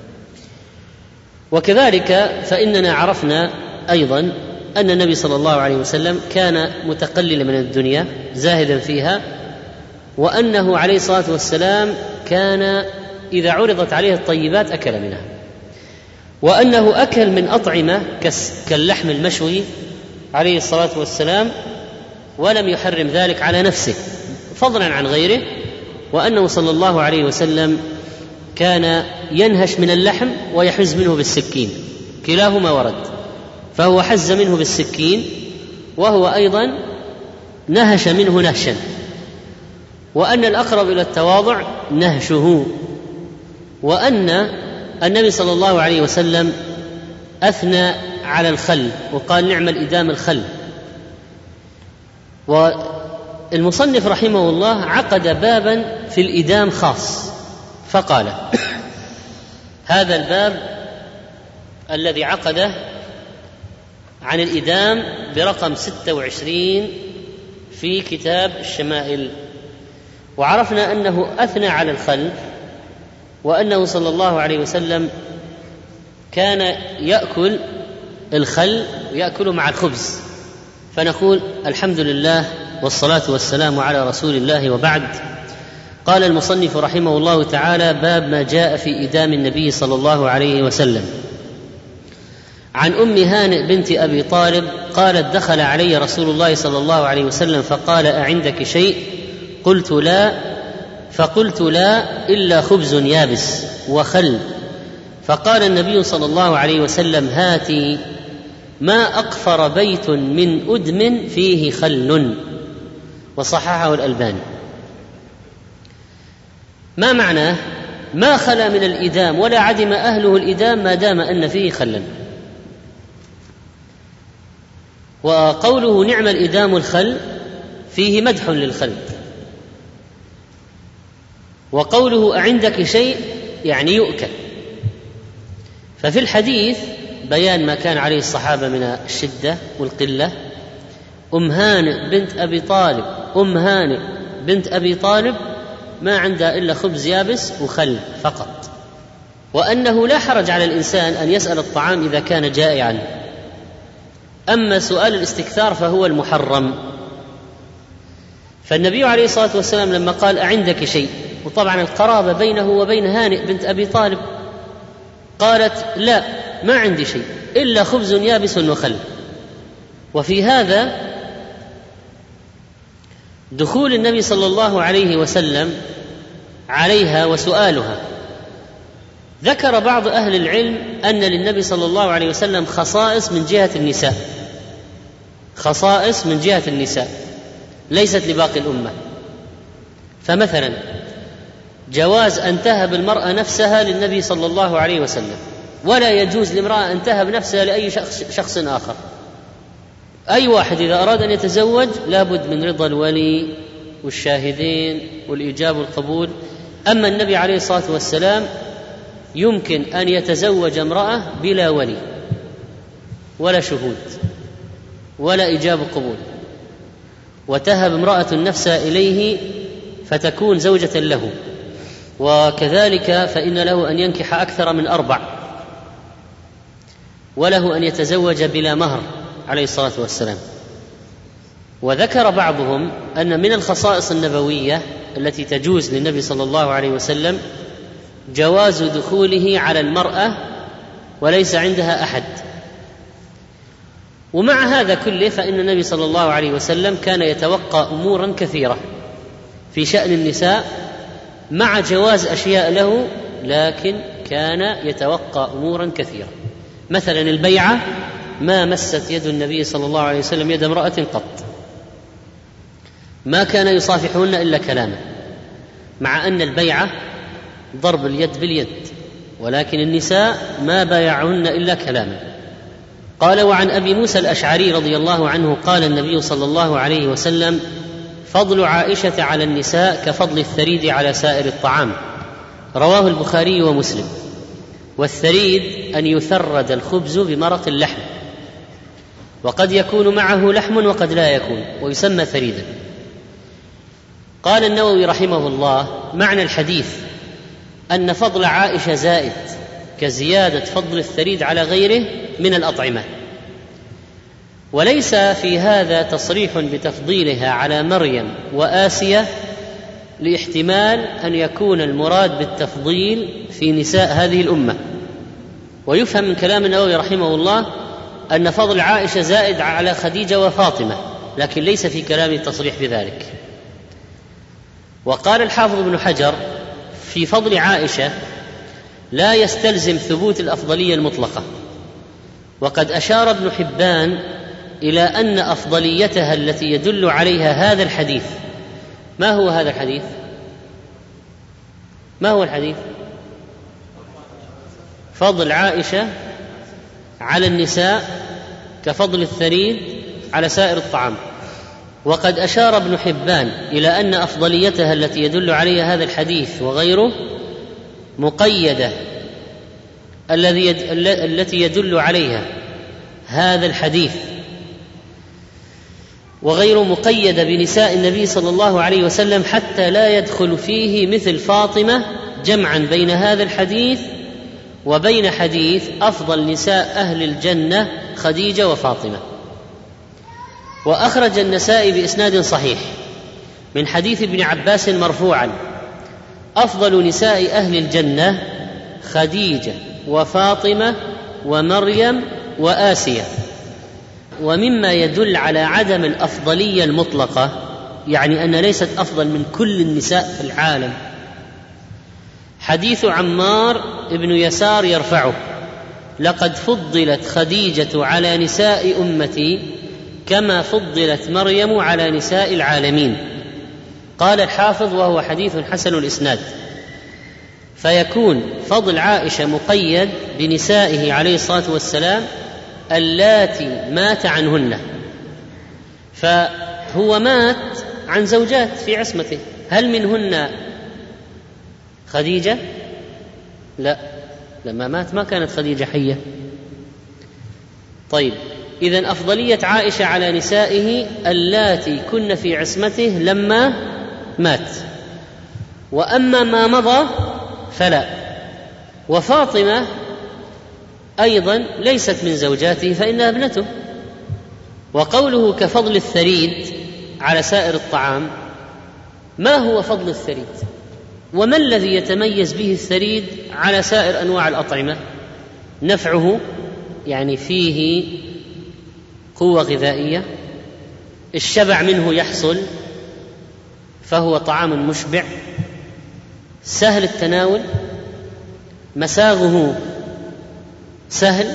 وكذلك فإننا عرفنا أيضا أن النبي صلى الله عليه وسلم كان متقللا من الدنيا زاهدا فيها، وأنه عليه الصلاة والسلام كان إذا عرضت عليه الطيبات أكل منها، وأنه أكل من أطعمة كاللحم المشوي عليه الصلاة والسلام، ولم يحرم ذلك على نفسه فضلا عن غيره. وأنه صلى الله عليه وسلم كان ينهش من اللحم ويحز منه بالسكين، كلاهما ورد، فهو حز منه بالسكين، وهو أيضا نهش منه نهشا، وأن الأقرب إلى التواضع نهشه، وأن النبي صلى الله عليه وسلم أثنى على الخل وقال نعم الإدام الخل. والمصنف رحمه الله عقد بابا في الإدام خاص، فقال هذا الباب الذي عقده عن الإدام برقم 26 في كتاب الشمائل، وعرفنا أنه أثنى على الخل، وأنه صلى الله عليه وسلم كان يأكل الخل ويأكل مع الخبز، فنقول الحمد لله والصلاة والسلام على رسول الله، وبعد. قال المصنف رحمه الله تعالى: باب ما جاء في إدام النبي صلى الله عليه وسلم. عن أم هانئ بنت أبي طالب قالت: دخل علي رسول الله صلى الله عليه وسلم فقال: أعندك شيء؟ قلت: لا. فقلت: لا إلا خبز يابس وخل. فقال النبي صلى الله عليه وسلم: هاتي. ما أقفر بيت من أدم فيه خل. وصححه الألباني. ما معناه؟ ما خلا من الإدام ولا عدم أهله الإدام ما دام أن فيه خلا. وقوله نعم الإدام الخل فيه مدح للخل، وقوله أعندك شيء يعني يؤكل. ففي الحديث بيان ما كان عليه الصحابة من الشدة والقلة. أم هانئ بنت أبي طالب ما عندها إلا خبز يابس وخل فقط، وأنه لا حرج على الإنسان أن يسأل الطعام إذا كان جائعا، أما سؤال الاستكثار فهو المحرم. فالنبي عليه الصلاة والسلام لما قال أعندك شيء، وطبعا القرابة بينه وبين هانئ بنت أبي طالب، قالت: لا، ما عندي شيء إلا خبز يابس وخل. وفي هذا دخول النبي صلى الله عليه وسلم عليها وسؤالها. ذكر بعض أهل العلم أن للنبي صلى الله عليه وسلم خصائص من جهة النساء ليست لباقي الأمة. فمثلا جواز أن تهب المرأة نفسها للنبي صلى الله عليه وسلم، ولا يجوز لامرأة أن تهب نفسها لأي شخص آخر. أي واحد إذا أراد أن يتزوج لابد من رضا الولي والشاهدين والإيجاب والقبول. أما النبي عليه الصلاة والسلام يمكن أن يتزوج امرأة بلا ولي ولا شهود ولا إيجاب قبول، وتهب امرأة نفسها إليه فتكون زوجة له. وكذلك فإن له أن ينكح أكثر من 4، وله أن يتزوج بلا مهر عليه الصلاة والسلام. وذكر بعضهم أن من الخصائص النبوية التي تجوز للنبي صلى الله عليه وسلم جواز دخوله على المرأة وليس عندها أحد. ومع هذا كله فإن النبي صلى الله عليه وسلم كان يتوقع أمورا كثيرة في شأن النساء، مع جواز أشياء له، لكن كان يتوقع أمورا كثيرة. مثلا البيعة، ما مست يد النبي صلى الله عليه وسلم يد امرأة قط، ما كان يصافحهن إلا كلاما، مع أن البيعة ضرب اليد باليد، ولكن النساء ما بايعهن إلا كلاما. قال: وعن أبي موسى الأشعري رضي الله عنه قال النبي صلى الله عليه وسلم: فضل عائشة على النساء كفضل الثريد على سائر الطعام. رواه البخاري ومسلم. والثريد أن يثرد الخبز بمرق اللحم، وقد يكون معه لحم وقد لا يكون، ويسمى ثريدا. قال النووي رحمه الله: معنى الحديث أن فضل عائشة زائد كزيادة فضل الثريد على غيره من الأطعمة، وليس في هذا تصريح بتفضيلها على مريم وآسية، لاحتمال أن يكون المراد بالتفضيل في نساء هذه الأمة. ويفهم من كلام النووي رحمه الله أن فضل عائشة زائد على خديجة وفاطمة، لكن ليس في كلام التصريح بذلك. وقال الحافظ ابن حجر في فضل عائشة: لا يستلزم ثبوت الأفضلية المطلقة. وقد أشار ابن حبان إلى أن أفضليتها التي يدل عليها هذا الحديث. ما هو هذا الحديث؟ ما هو الحديث؟ فضل عائشة على النساء كفضل الثريد على سائر الطعام. وقد أشار ابن حبان إلى أن أفضليتها التي يدل عليها هذا الحديث وغيره مقيدة، التي يدل عليها هذا الحديث وغيره مقيدة بنساء النبي صلى الله عليه وسلم، حتى لا يدخل فيه مثل فاطمة، جمعا بين هذا الحديث وبين حديث أفضل نساء أهل الجنة خديجة وفاطمة. وأخرج النسائي بإسناد صحيح من حديث ابن عباس مرفوعا: أفضل نساء أهل الجنة خديجة وفاطمة ومريم وآسية. ومما يدل على عدم الأفضلية المطلقة، يعني أن ليست أفضل من كل النساء في العالم، حديث عمار بن يسار يرفعه: لقد فضلت خديجة على نساء أمتي كما فضلت مريم على نساء العالمين. قال الحافظ: وهو حديث حسن الإسناد. فيكون فضل عائشة مقيد بنسائه عليه الصلاة والسلام اللاتي مات عنهن، فهو مات عن زوجات في عصمته. هل منهن خديجة؟ لا، لما مات ما كانت خديجة حية. طيب، إذن أفضلية عائشة على نسائه اللاتي كن في عصمته لما مات، وأما ما مضى فلا. وفاطمة أيضا ليست من زوجاته فإنها ابنته. وقوله كفضل الثريد على سائر الطعام، ما هو فضل الثريد؟ وما الذي يتميز به الثريد على سائر أنواع الأطعمة؟ نفعه، يعني فيه قوة غذائية، الشبع منه يحصل فهو طعام مشبع، سهل التناول، مساغه سهل،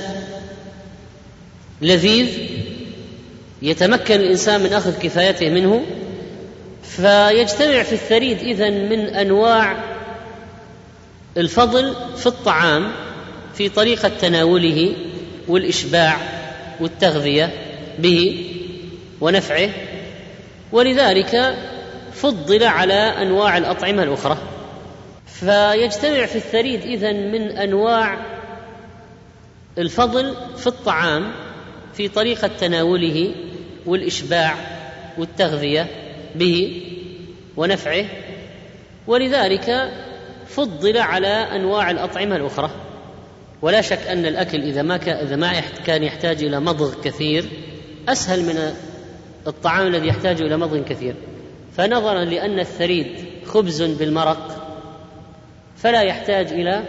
لذيذ، يتمكن الإنسان من أخذ كفايته منه. فيجتمع في الثريد إذن من أنواع الفضل في الطعام في طريقة تناوله والإشباع والتغذية به ونفعه، ولذلك فضل على أنواع الأطعمة الأخرى. فيجتمع في الثريد إذن من أنواع الفضل في الطعام في طريقة تناوله والإشباع والتغذية به ونفعه، ولذلك فضل على أنواع الأطعمة الأخرى. ولا شك أن الأكل إذا ما كان يحتاج إلى مضغ كثير أسهل من الطعام الذي يحتاج إلى مضغ كثير. فنظرا لأن الثريد خبز بالمرق فلا يحتاج إلى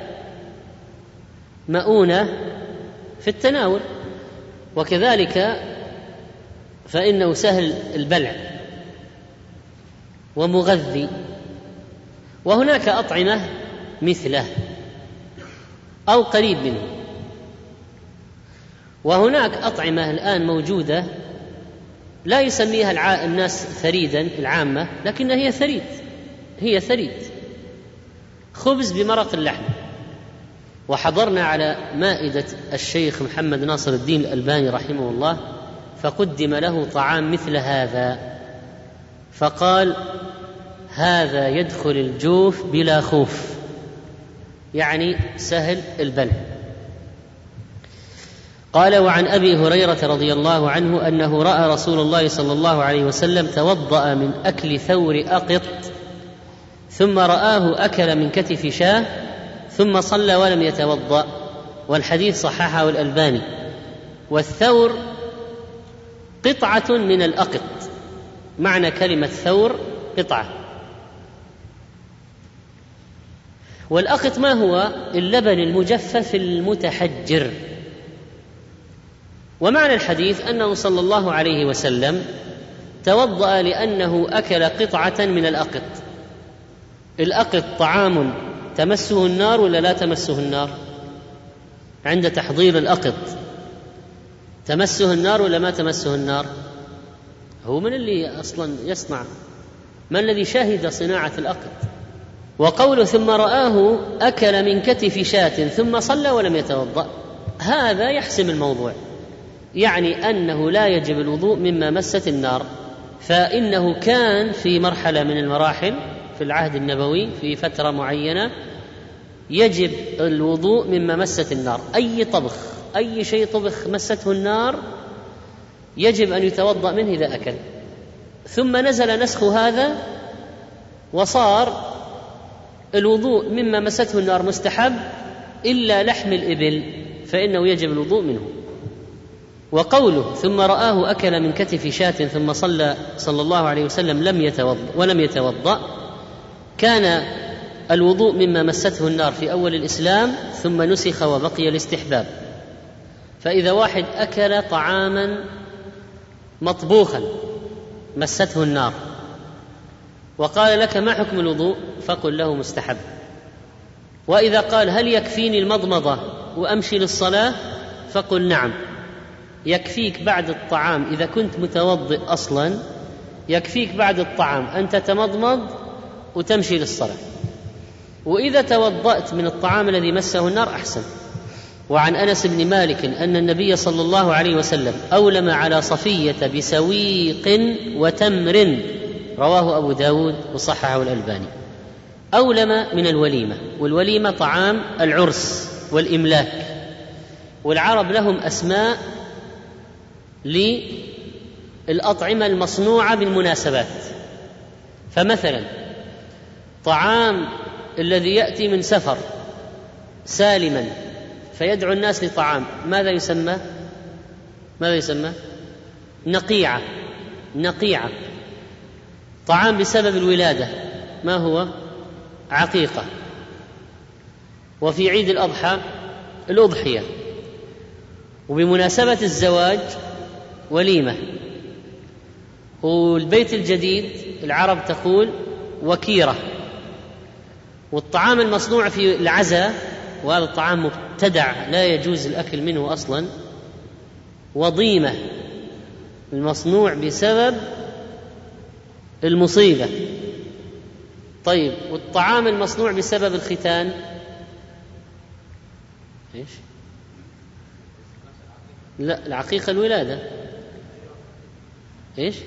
مؤونة في التناول، وكذلك فإنه سهل البلع ومغذي. وهناك أطعمة مثله أو قريب منه، وهناك أطعمة الآن موجودة لا يسميها الناس ثريدا العامة، لكنها هي ثريد، خبز بمرق اللحم. وحضرنا على مائدة الشيخ محمد ناصر الدين الألباني رحمه الله، فقدم له طعام مثل هذا، فقال: هذا يدخل الجوف بلا خوف، يعني سهل البلع. قال: وعن أبي هريرة رضي الله عنه أنه رأى رسول الله صلى الله عليه وسلم توضأ من أكل ثور أقط، ثم رآه أكل من كتف شاة، ثم صلى ولم يتوضأ. والحديث صححه الألباني. والثور قطعة من الأقط، معنى كلمة ثور قطعة. والأقط ما هو؟ اللبن المجفف المتحجر. ومعنى الحديث أنه صلى الله عليه وسلم توضأ لأنه أكل قطعة من الأقط. الأقط طعام تمسه النار ولا لا تمسه النار؟ عند تحضير الأقط تمسه النار ولا ما تمسه النار؟ هو من اللي أصلا يصنع؟ من الذي شهد صناعة الأقط؟ وقوله ثم رآه أكل من كتف شاة ثم صلى ولم يتوضأ، هذا يحسم الموضوع، يعني أنه لا يجب الوضوء مما مست النار، فإنه كان في مرحلة من المراحل في العهد النبوي في فترة معينة يجب الوضوء مما مست النار، أي طبخ، أي شيء طبخ مسته النار يجب أن يتوضأ منه إذا أكل. ثم نزل نسخ هذا وصار الوضوء مما مسته النار مستحب إلا لحم الإبل فإنه يجب الوضوء منه. وقوله ثم رآه أكل من كتف شاة ثم صلى الله عليه وسلم ولم يتوضأ، كان الوضوء مما مسته النار في أول الإسلام ثم نسخ وبقي الاستحباب. فإذا واحد أكل طعاما مطبوخا مسته النار وقال لك ما حكم الوضوء، فقل له مستحب. وإذا قال هل يكفيني المضمضة وأمشي للصلاة، فقل نعم، يكفيك بعد الطعام إذا كنت متوضئ أصلا، يكفيك بعد الطعام أن تتمضمض وتمشي للصلاة، وإذا توضأت من الطعام الذي مسه النار أحسن. وعن أنس بن مالك أن النبي صلى الله عليه وسلم أولم على صفية بسويق وتمر، رواه أبو داود وصححه الألباني. أولم من الوليمة، والوليمة طعام العرس والإملاك، والعرب لهم أسماء للأطعمة المصنوعة بالمناسبات. فمثلا طعام الذي يأتي من سفر سالما فيدعو الناس لطعام، ماذا يسمى؟ نقيعة. طعام بسبب الولادة ما هو؟ عقيقة. وفي عيد الأضحى الأضحية، وبمناسبة الزواج وليمة. والبيت الجديد العرب تقول وكيرة. والطعام المصنوع في العزاء، وهذا الطعام مبتدع لا يجوز الأكل منه أصلا، وضيمة، المصنوع بسبب المصيبة. طيب والطعام المصنوع بسبب الختان إيش؟ لا، العقيقة الولادة. إيش؟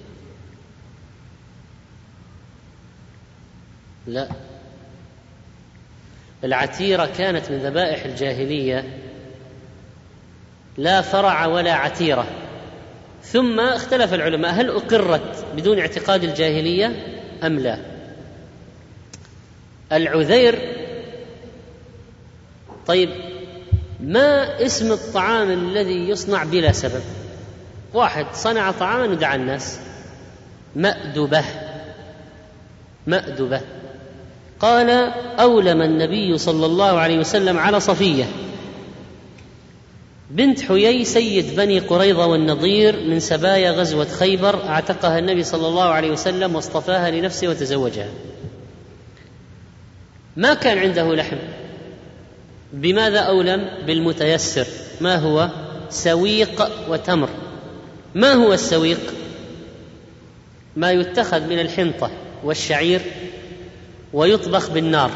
لا، العتيرة كانت من ذبائح الجاهلية، لا فرع ولا عتيرة. ثم اختلف العلماء هل أقرت بدون اعتقاد الجاهلية أم لا. العذير، طيب ما اسم الطعام الذي يصنع بلا سبب؟ واحد صنع طعاما ودعا الناس، مأدبة. قال أولم النبي صلى الله عليه وسلم على صفية بنت حيي سيد بني قريظة والنضير من سبايا غزوة خيبر، اعتقها النبي صلى الله عليه وسلم واصطفاها لنفسه وتزوجها. ما كان عنده لحم، بماذا أولم؟ بالمتيسر. ما هو؟ سويق وتمر. ما هو السويق؟ ما يتخذ من الحنطة والشعير ويطبخ بالنار.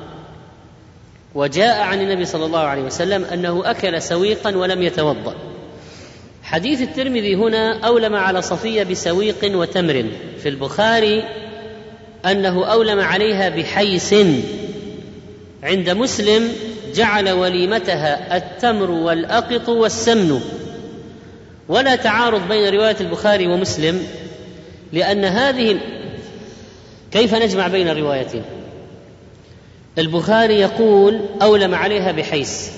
وجاء عن النبي صلى الله عليه وسلم أنه أكل سويقا ولم يتوضأ. حديث الترمذي هنا أولم على صفية بسويق وتمر، في البخاري أنه أولم عليها بحيس. عند مسلم جعل وليمتها التمر والأقط والسمن. ولا تعارض بين رواية البخاري ومسلم، لأن هذه، كيف نجمع بين الروايتين؟ البخاري يقول أولم عليها بحيس،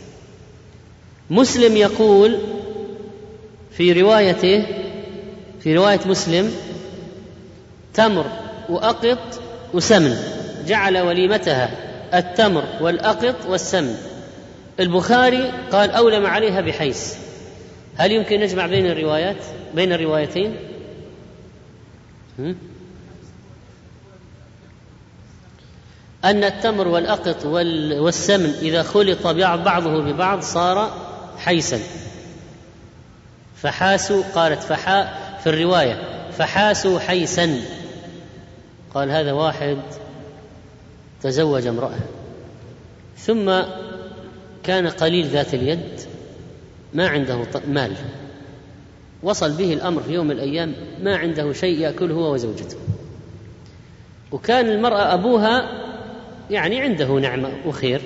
مسلم يقول في رواية مسلم تمر وأقط وسمن، جعل وليمتها التمر والأقط والسمن. البخاري قال أولم عليها بحيس. هل يمكن نجمع بين الروايتين؟ أن التمر والأقط والسمن إذا خلط بعضه ببعض صار حيسا. فحاسوا، قالت في الرواية فحاسوا حيسا. قال هذا واحد تزوج امرأة ثم كان قليل ذات اليد، ما عنده مال، وصل به الأمر في يوم من الأيام ما عنده شيء يأكل هو وزوجته، وكان المرأة أبوها يعني عنده نعمة وخير،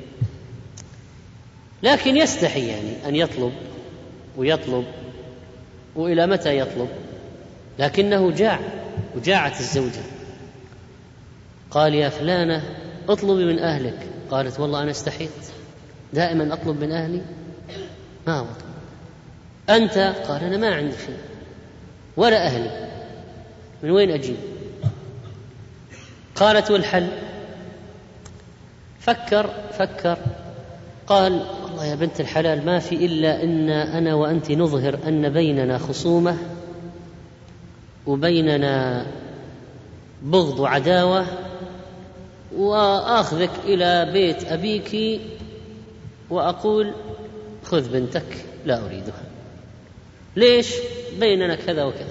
لكن يستحي يعني أن يطلب ويطلب، وإلى متى يطلب؟ لكنه جاع وجاعت الزوجة. قال يا فلانة اطلبي من أهلك. قالت والله أنا استحيت، دائما أطلب من أهلي ما أطلب. أنت؟ قال أنا ما عندي شيء ولا أهلي، من وين أجيب؟ قالت والحل؟ فكر قال والله يا بنت الحلال ما في إلا أن أنا وأنت نظهر أن بيننا خصومة وبيننا بغض وعداوة، وآخذك إلى بيت أبيك وأقول خذ بنتك لا أريدها، ليش؟ بيننا كذا وكذا.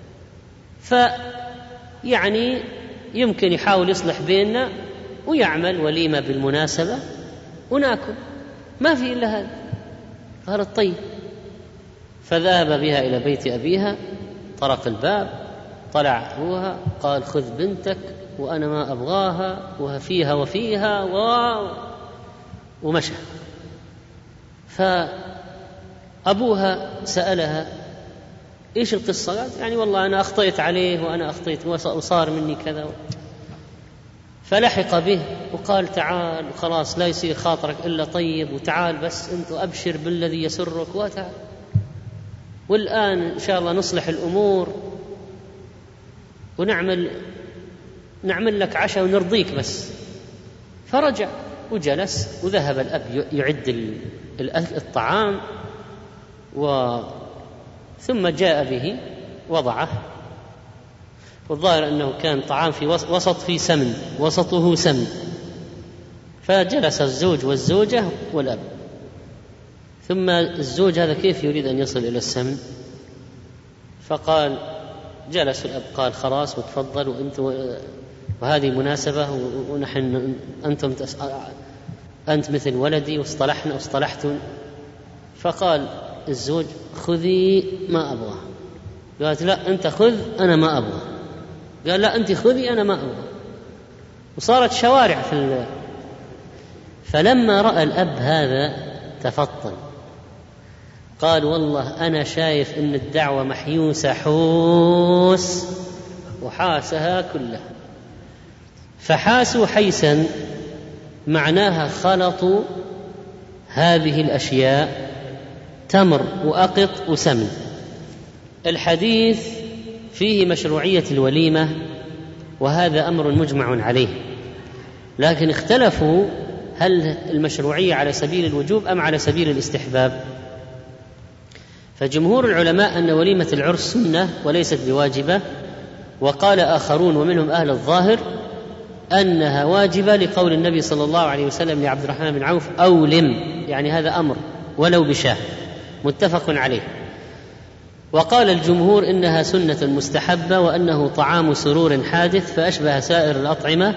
فيعني يمكن يحاول يصلح بيننا ويعمل وليمة بالمناسبة وناكل، ما في إلا هذا. قالت طيب. فذهب بها إلى بيت أبيها، طرق الباب، طلع أبوها قال خذ بنتك وأنا ما أبغاها وفيها ومشى. فأبوها سألها إيش القصة؟ قالت يعني والله أنا أخطيت عليه وأنا أخطيت وصار مني كذا. فلحق به وقال تعال خلاص لا يصير خاطرك إلا طيب، وتعال بس أنت أبشر بالذي يسرك وتعال، والآن إن شاء الله نصلح الأمور ونعمل لك عشاء ونرضيك بس. فرجع وجلس، وذهب الأب يعد الطعام ثم جاء به وضعه، والظاهر أنه كان طعام في وسطه سمن. فجلس الزوج والزوجة والأب، ثم الزوج هذا كيف يريد أن يصل إلى السمن؟ فقال جلس الأب قال خلاص وتفضل وهذه مناسبة ونحن أنت مثل ولدي واصطلحتم. فقال الزوج خذي ما أبغى. قالت لا أنت خذ أنا ما أبغى. قال لا أنت خذي أنا ما أبغى. وصارت شوارع فلما رأى الأب هذا تفطن، قال والله أنا شايف إن الدعوة محيوسة حوس، وحاسها كلها. فحاسوا حيسا معناها خلطوا هذه الأشياء، تمر وأقط وسمن. الحديث فيه مشروعية الوليمة، وهذا أمر مجمع عليه، لكن اختلفوا هل المشروعية على سبيل الوجوب أم على سبيل الاستحباب. فجمهور العلماء أن وليمة العرس سنة وليست بواجبة، وقال آخرون ومنهم أهل الظاهر أنها واجبة لقول النبي صلى الله عليه وسلم لعبد الرحمن بن عوف أولم، يعني هذا أمر ولو بشاه، متفق عليه. وقال الجمهور إنها سنة مستحبة، وأنه طعام سرور حادث فأشبه سائر الأطعمة،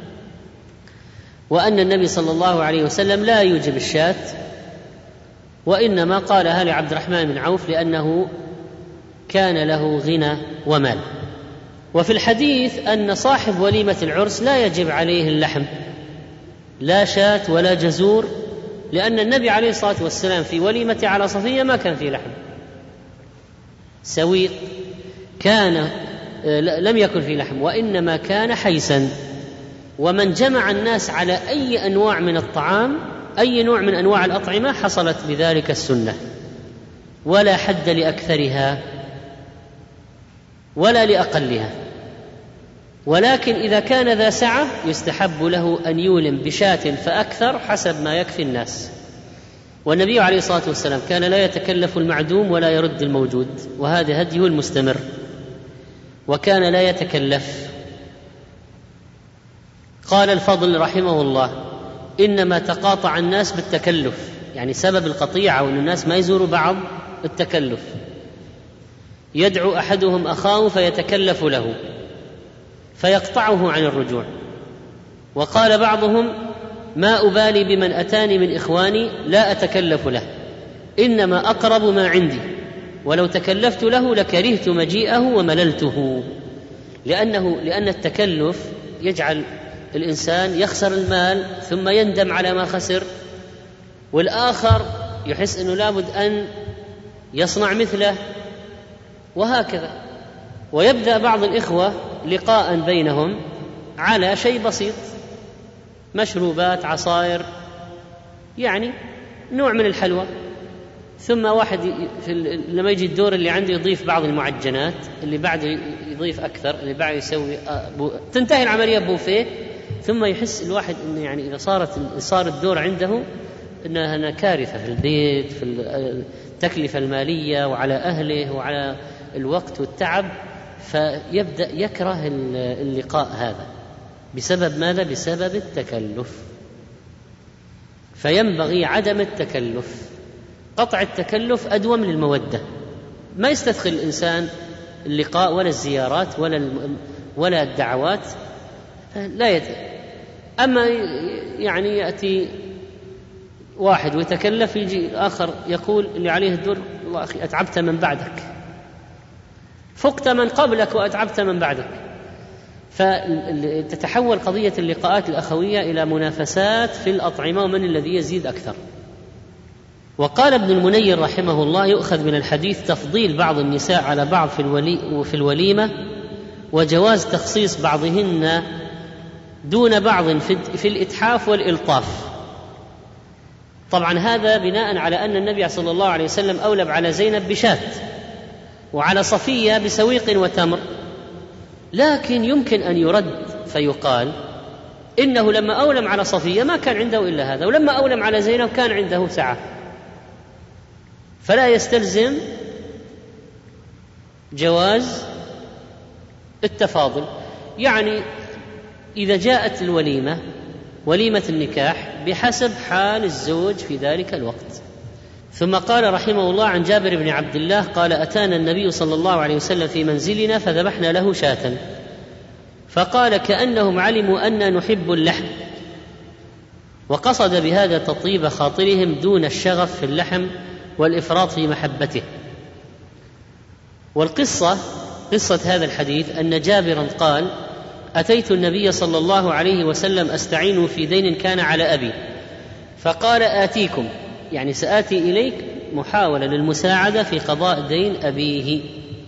وأن النبي صلى الله عليه وسلم لا يوجب الشاة، وإنما قالها لعبد الرحمن بن عوف لأنه كان له غنى ومال. وفي الحديث أن صاحب وليمة العرس لا يجب عليه اللحم، لا شاة ولا جزور، لأن النبي عليه الصلاة والسلام في وليمة على صفية ما كان فيه لحم، سويق لم يكن فيه لحم، وإنما كان حيسا. ومن جمع الناس على أي أنواع من الطعام، أي نوع من أنواع الأطعمة، حصلت بذلك السنة، ولا حد لأكثرها ولا لأقلها. ولكن إذا كان ذا سعة يستحب له أن يولم بشاة فأكثر حسب ما يكفي الناس. والنبي عليه الصلاة والسلام كان لا يتكلف المعدوم ولا يرد الموجود، وهذا هديه المستمر، وكان لا يتكلف. قال الفضل رحمه الله إنما تقاطع الناس بالتكلف، يعني سبب القطيعة وأن الناس ما يزوروا بعض التكلف، يدعو أحدهم أخاه فيتكلف له فيقطعه عن الرجوع. وقال بعضهم: ما أبالي بمن أتاني من إخواني لا أتكلف له، إنما أقرب ما عندي، ولو تكلفت له لكرهت مجيئه ومللته. لأن التكلف يجعل الإنسان يخسر المال ثم يندم على ما خسر، والآخر يحس أنه لابد أن يصنع مثله، وهكذا. ويبدأ بعض الإخوة لقاء بينهم على شيء بسيط، مشروبات، عصائر، يعني نوع من الحلوى، ثم واحد لما يجي الدور اللي عنده يضيف بعض المعجنات، اللي بعده يضيف أكثر، اللي بعده يسوي تنتهي العملية بوفيه. ثم يحس الواحد إنه يعني إذا صار الدور عنده إنها كارثة في البيت، في التكلفة المالية وعلى أهله وعلى الوقت والتعب، فيبدأ يكره اللقاء هذا. بسبب ماذا؟ بسبب التكلف. فينبغي عدم التكلف. قطع التكلف أدوم للمودة. ما يستدخل الإنسان اللقاء ولا الزيارات ولا الدعوات، لا يدري. أما يعني يأتي واحد ويتكلف، يجي الآخر يقول اللي عليه الدور: الله أخي أتعبت من بعدك، فقت من قبلك وأتعبت من بعدك. فتتحول قضية اللقاءات الأخوية إلى منافسات في الأطعمة، ومن الذي يزيد أكثر. وقال ابن المنير رحمه الله: يؤخذ من الحديث تفضيل بعض النساء على بعض في الوليمة، وجواز تخصيص بعضهن دون بعض في الإتحاف والإلطاف. طبعا هذا بناء على أن النبي صلى الله عليه وسلم أولب على زينب بشاة، وعلى صفية بسويق وتمر. لكن يمكن أن يرد فيقال إنه لما أولم على صفية ما كان عنده إلا هذا، ولما أولم على زينب كان عنده سعة، فلا يستلزم جواز التفاضل. يعني إذا جاءت الوليمة، وليمة النكاح، بحسب حال الزوج في ذلك الوقت. ثم قال رحمه الله عن جابر بن عبد الله قال: أتانا النبي صلى الله عليه وسلم في منزلنا فذبحنا له شاة، فقال: كأنهم علموا أننا نحب اللحم، وقصد بهذا تطيب خاطرهم دون الشغف في اللحم والإفراط في محبته. والقصة، قصة هذا الحديث، أن جابرا قال: أتيت النبي صلى الله عليه وسلم أستعين في دين كان على أبي، فقال: آتيكم، يعني سآتي إليك، محاولة للمساعدة في قضاء دين أبيه.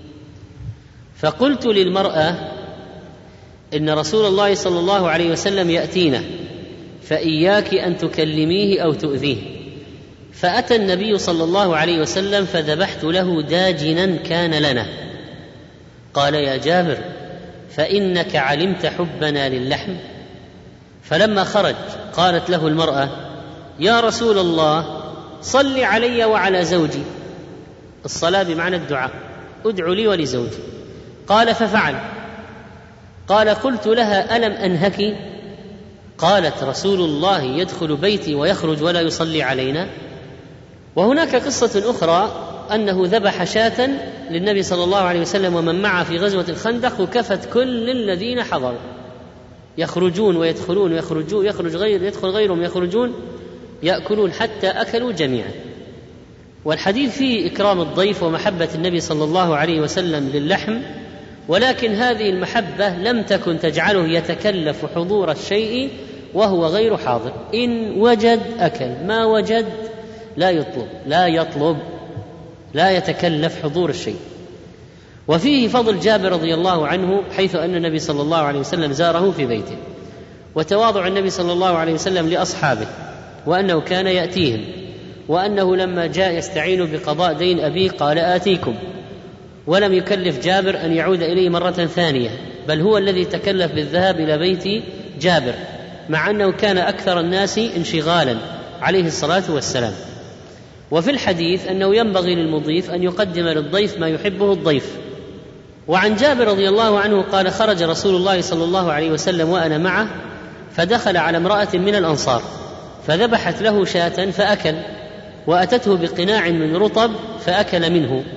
فقلت للمرأة: إن رسول الله صلى الله عليه وسلم يأتينا، فإياك أن تكلميه أو تؤذيه. فأتى النبي صلى الله عليه وسلم فذبحت له داجنا كان لنا. قال: يا جابر، فإنك علمت حبنا للحم. فلما خرج قالت له المرأة: يا رسول الله، صل علي وعلى زوجي. الصلاة بمعنى الدعاء، ادعو لي ولزوجي. قال: ففعل. قال: قلت لها: ألم أنهك؟ قالت: رسول الله يدخل بيتي ويخرج ولا يصلي علينا. وهناك قصة أخرى أنه ذبح شاة للنبي صلى الله عليه وسلم ومن معه في غزوة الخندق، وكفت كل الذين حضروا، يخرجون ويدخلون ويخرجون، يدخل غيرهم يخرجون، يأكلون حتى أكلوا جميعا. والحديث فيه إكرام الضيف ومحبة النبي صلى الله عليه وسلم للحم، ولكن هذه المحبة لم تكن تجعله يتكلف حضور الشيء وهو غير حاضر. إن وجد أكل، ما وجد لا يطلب، لا يتكلف حضور الشيء. وفيه فضل جابر رضي الله عنه، حيث أن النبي صلى الله عليه وسلم زاره في بيته، وتواضع النبي صلى الله عليه وسلم لأصحابه، وأنه كان يأتيهم، وأنه لما جاء يستعين بقضاء دين أبيه قال: آتيكم، ولم يكلف جابر أن يعود إليه مرة ثانية، بل هو الذي تكلف بالذهاب إلى بيت جابر، مع أنه كان أكثر الناس انشغالا عليه الصلاة والسلام. وفي الحديث أنه ينبغي للمضيف أن يقدم للضيف ما يحبه الضيف. وعن جابر رضي الله عنه قال: خرج رسول الله صلى الله عليه وسلم وأنا معه، فدخل على امرأة من الأنصار فذبحت له شاة فأكل، وأتته بقناع من رطب فأكل منه،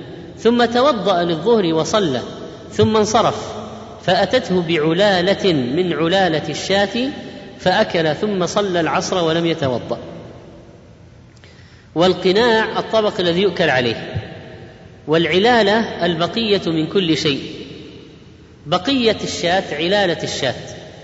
ثم توضأ للظهر وصلى ثم انصرف، فأتته بعلالة من علالة الشاة فأكل، ثم صلى العصر ولم يتوضأ. والقناع الطبق الذي يؤكل عليه، والعلالة البقية من كل شيء، بقية الشاة علالة الشاة.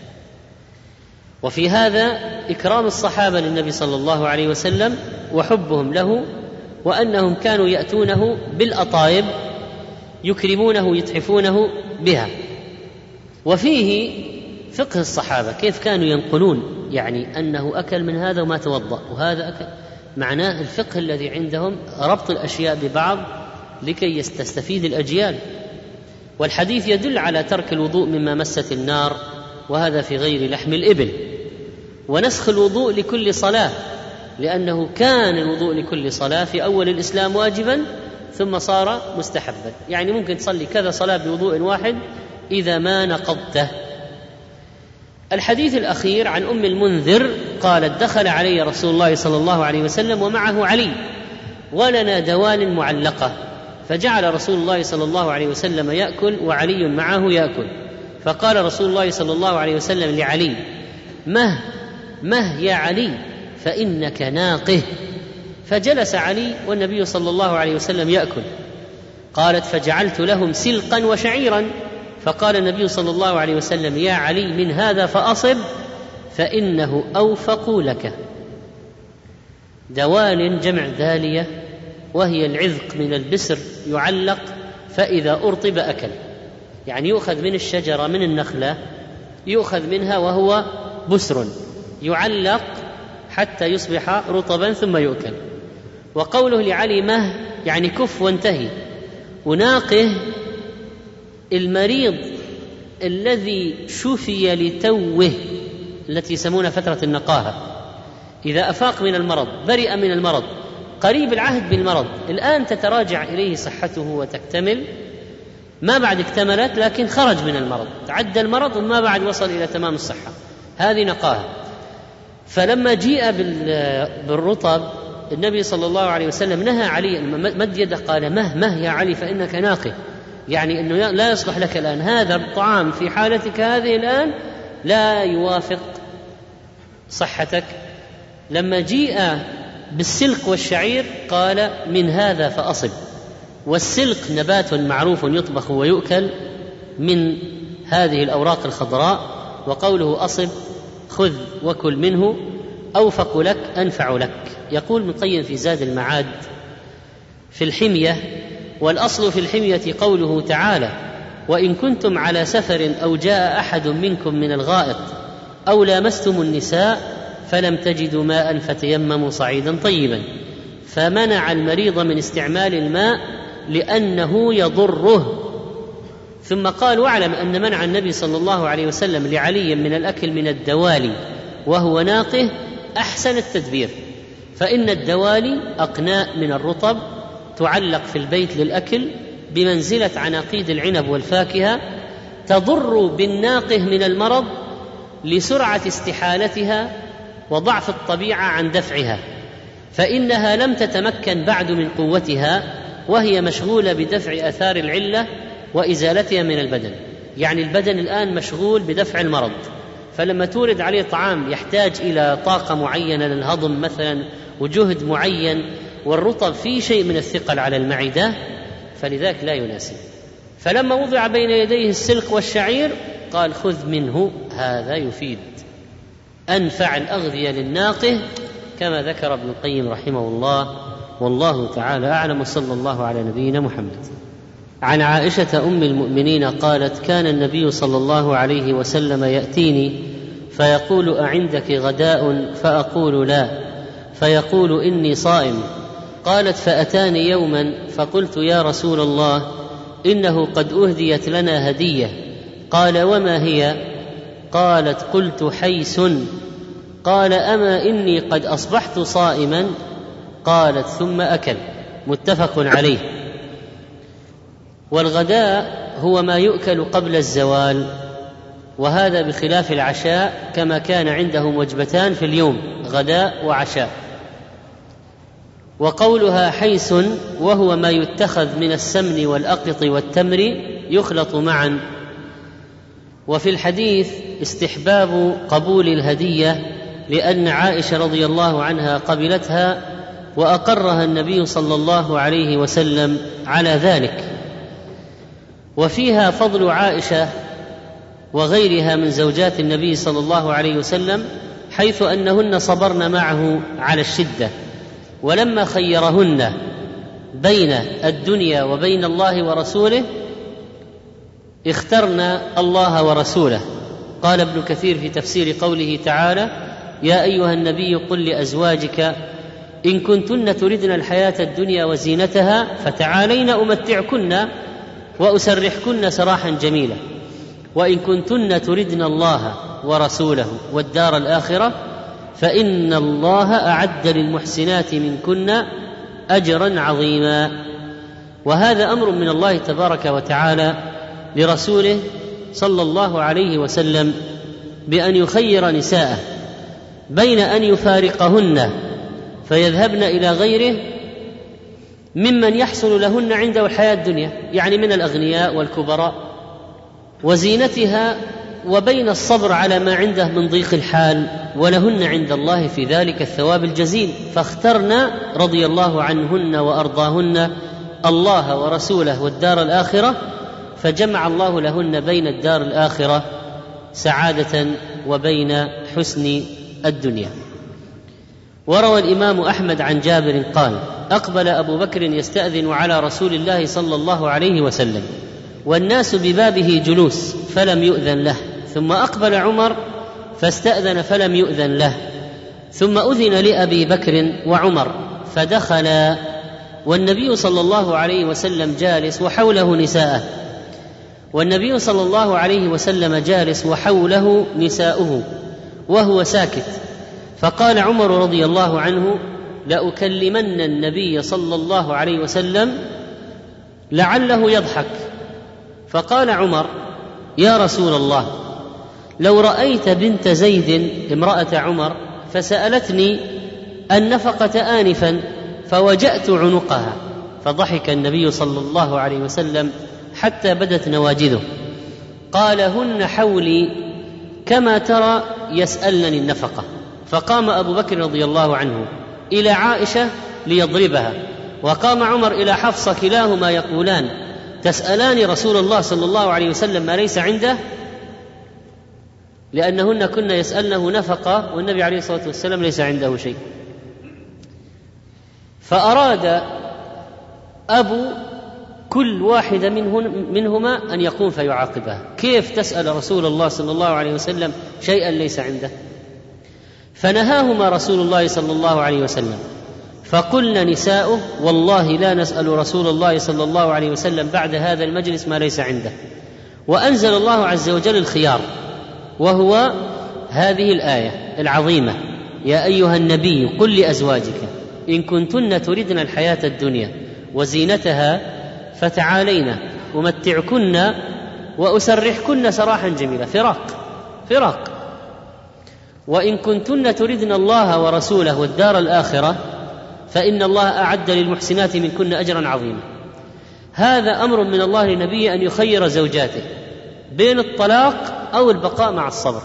وفي هذا إكرام الصحابة للنبي صلى الله عليه وسلم وحبهم له، وأنهم كانوا يأتونه بالأطايب يكرمونه يتحفونه بها. وفيه فقه الصحابة كيف كانوا ينقلون، يعني أنه أكل من هذا وما توضأ وهذا أكل، معناه الفقه الذي عندهم ربط الأشياء ببعض لكي تستفيد الأجيال. والحديث يدل على ترك الوضوء مما مست النار، وهذا في غير لحم الإبل، ونسخ الوضوء لكل صلاة، لأنه كان الوضوء لكل صلاة في أول الإسلام واجبا ثم صار مستحبا، يعني ممكن تصلي كذا صلاة بوضوء واحد إذا ما نقضته. الحديث الأخير عن أم المنذر قالت: دخل علي رسول الله صلى الله عليه وسلم ومعه علي ولنا دوال معلقة، فجعل رسول الله صلى الله عليه وسلم يأكل وعلي معه يأكل، فقال رسول الله صلى الله عليه وسلم لعلي: مه يا علي فإنك ناقه. فجلس علي والنبي صلى الله عليه وسلم يأكل. قالت: فجعلت لهم سلقا وشعيرا، فقال النبي صلى الله عليه وسلم: يا علي من هذا فأصب فإنه أوفق لك. دوال جمع دالية، وهي العذق من البسر يعلق، فإذا أرطب أكل، يعني يؤخذ من الشجرة من النخلة، يؤخذ منها وهو بسر يعلق حتى يصبح رطبا ثم يؤكل. وقوله لعلي مه يعني كف وانتهي. وناقه المريض الذي شفي لتوه، التي يسمونها فترة النقاهة، إذا أفاق من المرض، برئ من المرض، قريب العهد بالمرض، الآن تتراجع إليه صحته وتكتمل، ما بعد اكتملت لكن خرج من المرض، تعدى المرض وما بعد وصل إلى تمام الصحة، هذه نقاهة. فلما جيء بالرطب النبي صلى الله عليه وسلم نهى علي مد يده، قال: مه يا علي فإنك ناقه، يعني أنه لا يصلح لك الآن، هذا الطعام في حالتك هذه الآن لا يوافق صحتك. لما جيء بالسلق والشعير قال: من هذا فأصب. والسلق نبات معروف يطبخ ويؤكل من هذه الأوراق الخضراء، وقوله أصب خذ وكل منه، أوفق لك أنفع لك. يقول ابن القيم في زاد المعاد في الحمية: والأصل في الحمية قوله تعالى: وإن كنتم على سفر أو جاء أحد منكم من الغائط أو لامستم النساء فلم تجدوا ماء فتيمموا صعيدا طيبا، فمنع المريض من استعمال الماء لأنه يضره. ثم قال: واعلم أن منع النبي صلى الله عليه وسلم لعلي من الأكل من الدوالي وهو ناقه أحسن التدبير، فإن الدوالي أقناء من الرطب تعلق في البيت للأكل بمنزلة عناقيد العنب والفاكهة، تضر بالناقه من المرض لسرعة استحالتها وضعف الطبيعة عن دفعها، فإنها لم تتمكن بعد من قوتها، وهي مشغولة بدفع آثار العلة وإزالتها من البدن، يعني البدن الآن مشغول بدفع المرض، فلما تورد عليه طعام يحتاج إلى طاقة معينة للهضم مثلا وجهد معين، والرطب فيه شيء من الثقل على المعدة، فلذلك لا يناسب. فلما وضع بين يديه السلق والشعير قال: خذ منه، هذا يفيد أنفع الأغذية للناقه، كما ذكر ابن القيم رحمه الله، والله تعالى أعلم، وصلى الله على نبينا محمد. عن عائشة أم المؤمنين قالت: كان النبي صلى الله عليه وسلم يأتيني فيقول: أعندك غداء؟ فأقول: لا، فيقول: إني صائم. قالت: فأتاني يوما فقلت: يا رسول الله، إنه قد أهديت لنا هدية. قال: وما هي؟ قالت: قلت: حيس. قال: أما إني قد أصبحت صائما. قالت: ثم أكل. متفق عليه. والغداء هو ما يؤكل قبل الزوال، وهذا بخلاف العشاء، كما كان عندهم وجبتان في اليوم، غداء وعشاء. وقولها حيس وهو ما يتخذ من السمن والأقط والتمر يخلط معا. وفي الحديث استحباب قبول الهدية لأن عائشة رضي الله عنها قبلتها وأقرها النبي صلى الله عليه وسلم على ذلك. وفيها فضل عائشة وغيرها من زوجات النبي صلى الله عليه وسلم، حيث أنهن صبرن معه على الشدة، ولما خيرهن بين الدنيا وبين الله ورسوله اخترن الله ورسوله. قال ابن كثير في تفسير قوله تعالى: يا أيها النبي قل لأزواجك إن كنتن تردن الحياة الدنيا وزينتها فتعالين أمتعكن وأسرحكن سراحا جميلا، وإن كنتن تردن الله ورسوله والدار الآخرة فإن الله أعد للمحسنات منكن أجرا عظيما. وهذا أمر من الله تبارك وتعالى لرسوله صلى الله عليه وسلم بأن يخير نساءه بين أن يفارقهن فيذهبن إلى غيره ممن يحصل لهن عنده الحياة الدنيا، يعني من الأغنياء والكبراء وزينتها، وبين الصبر على ما عنده من ضيق الحال، ولهن عند الله في ذلك الثواب الجزيل. فاخترنا رضي الله عنهن وأرضاهن الله ورسوله والدار الآخرة، فجمع الله لهن بين الدار الآخرة سعادة وبين حسن الدنيا. وروى الإمام أحمد عن جابر قال: أقبل أبو بكر يستأذن على رسول الله صلى الله عليه وسلم والناس ببابه جلوس فلم يؤذن له، ثم أقبل عمر فاستأذن فلم يؤذن له، ثم أذن لأبي بكر وعمر فدخلا والنبي صلى الله عليه وسلم جالس وحوله نساءه، والنبي صلى الله عليه وسلم جالس وحوله نساؤه وهو ساكت. فقال عمر رضي الله عنه: لأكلمن النبي صلى الله عليه وسلم لعله يضحك. فقال عمر: يا رسول الله، لو رأيت بنت زيد امرأة عمر فسألتني النفقة آنفا فوجأت عنقها. فضحك النبي صلى الله عليه وسلم حتى بدت نواجذه. قال: هن حولي كما ترى يسألنني النفقة. فقام أبو بكر رضي الله عنه إلى عائشة ليضربها، وقام عمر إلى حفصة، كلاهما يقولان: تسألان رسول الله صلى الله عليه وسلم ما ليس عنده، لأنهن كن يسألنه نفقة والنبي عليه الصلاة والسلام ليس عنده شيء. فأراد أبو كل واحد منهما أن يقوم فيعاقبها: كيف تسأل رسول الله صلى الله عليه وسلم شيئا ليس عنده؟ فنهاهما رسول الله صلى الله عليه وسلم. فقلن نساؤه: والله لا نسأل رسول الله صلى الله عليه وسلم بعد هذا المجلس ما ليس عنده. وأنزل الله عز وجل الخيار، وهو هذه الآية العظيمة: يا أيها النبي قل لأزواجك إن كنتن تردن الحياة الدنيا وزينتها فتعالين أمتعكن وأسرحكن سراحا جميلا. فراق. وإن كنتن تردن الله ورسوله والدار الآخرة فإن الله أعد للمحسنات منكن أجرا عظيما. هذا أمر من الله لنبيه أن يخير زوجاته بين الطلاق أو البقاء مع الصبر.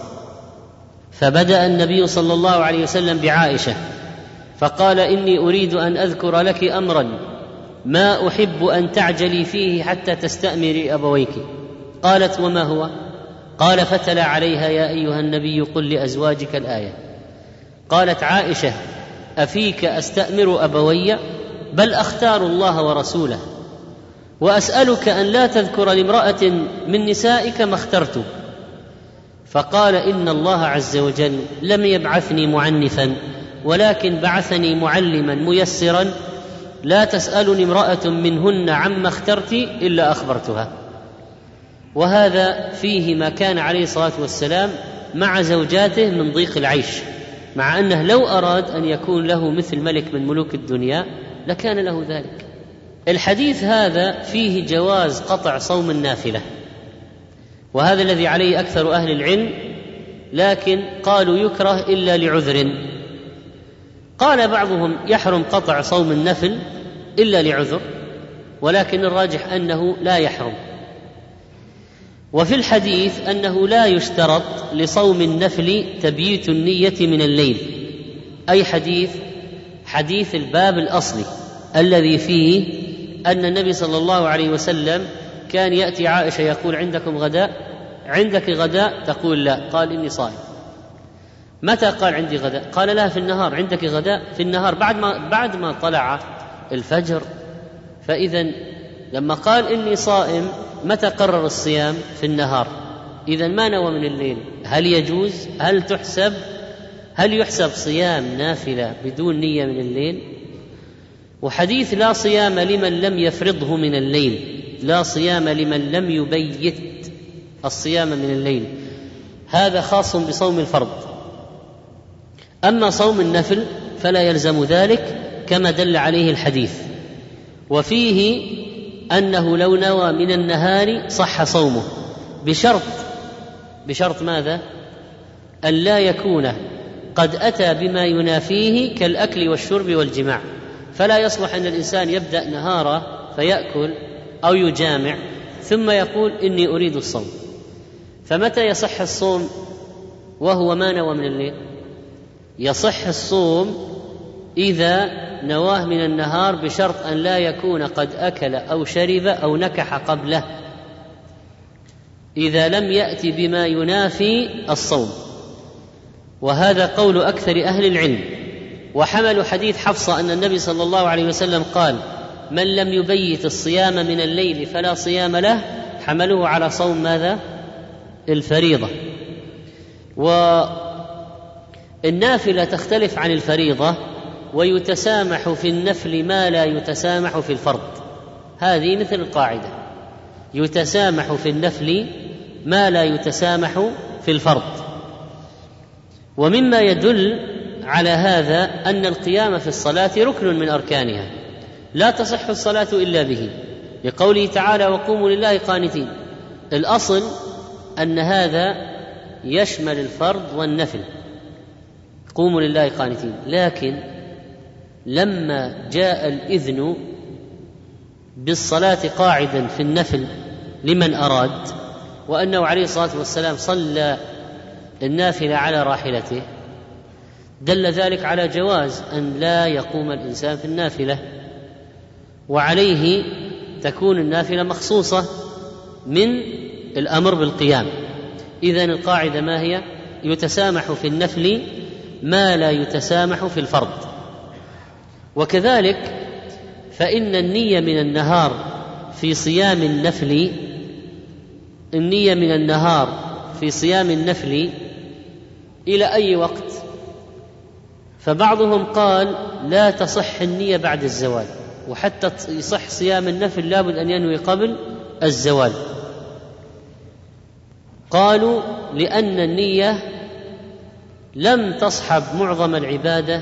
فبدأ النبي صلى الله عليه وسلم بعائشة فقال: إني أريد أن أذكر لك أمرا ما أحب أن تعجلي فيه حتى تستأمري أبويك. قالت: وما هو؟ قال: فتلا عليها: يا أيها النبي قل لأزواجك الآية. قالت عائشة: أفيك أستأمر أبوي؟ بل أختار الله ورسوله، وأسألك أن لا تذكر لامرأة من نسائك ما اخترت. فقال: إن الله عز وجل لم يبعثني معنفا، ولكن بعثني معلما ميسرا، لا تسألني امرأة منهن عما اخترت إلا أخبرتها. وهذا فيه ما كان عليه الصلاة والسلام مع زوجاته من ضيق العيش، مع أنه لو أراد أن يكون له مثل ملك من ملوك الدنيا لكان له ذلك. الحديث هذا فيه جواز قطع صوم النافلة، وهذا الذي عليه أكثر أهل العلم، لكن قالوا يكره إلا لعذر. قال بعضهم يحرم قطع صوم النفل إلا لعذر، ولكن الراجح أنه لا يحرم. وفي الحديث أنه لا يشترط لصوم النفل تبييت النية من الليل، أي حديث الباب الأصلي الذي فيه أن النبي صلى الله عليه وسلم كان يأتي عائشة يقول: عندكم غداء؟ عندك غداء؟ تقول: لا. قال: إني صائم. متى قال عندي غداء؟ قال: لا، في النهار. عندك غداء؟ في النهار بعد ما طلع الفجر. فإذا لما قال إني صائم متى قرر الصيام؟ في النهار. إذا ما نوى من الليل. هل يجوز؟ هل يحسب صيام نافلة بدون نية من الليل؟ وحديث لا صيام لمن لم يفرضه من الليل، لا صيام لمن لم يبيت الصيام من الليل، هذا خاص بصوم الفرض. أما صوم النفل فلا يلزم ذلك كما دل عليه الحديث، وفيه أنه لو نوى من النهار صح صومه، بشرط ماذا؟ أن لا يكون قد أتى بما ينافيه كالأكل والشرب والجماع. فلا يصلح أن الإنسان يبدأ نهاره فيأكل أو يجامع ثم يقول: إني أريد الصوم. فمتى يصح الصوم وهو ما نوى من الليل؟ يصح الصوم إذا نواه من النهار، بشرط أن لا يكون قد أكل أو شرب أو نكح قبله، إذا لم يأتي بما ينافي الصوم. وهذا قول أكثر أهل العلم، وحملوا حديث حفصة أن النبي صلى الله عليه وسلم قال: من لم يبيت الصيام من الليل فلا صيام له، حملوه على صوم ماذا؟ الفريضة. والنافلة تختلف عن الفريضة، ويتسامح في النفل ما لا يتسامح في الفرض. هذه مثل القاعدة: يتسامح في النفل ما لا يتسامح في الفرض. ومما يدل على هذا أن القيام في الصلاة ركن من أركانها، لا تصح الصلاة إلا به، لقوله تعالى: وقوموا لله قانتين. الأصل أن هذا يشمل الفرض والنفل، قوموا لله قانتين. لكن لما جاء الإذن بالصلاة قاعدا في النفل لمن أراد، وأنه عليه الصلاة والسلام صلى النافلة على راحلته، دل ذلك على جواز أن لا يقوم الإنسان في النافلة، وعليه تكون النافلة مخصوصة من الأمر بالقيام. إذن القاعدة ما هي؟ يتسامح في النفل ما لا يتسامح في الفرض. وكذلك فإن النية من النهار في صيام النفل، النية من النهار في صيام النفل إلى أي وقت؟ فبعضهم قال لا تصح النية بعد الزوال، وحتى يصح صيام النفل لابد أن ينوي قبل الزوال. قالوا لأن النية لم تصحب معظم العبادة،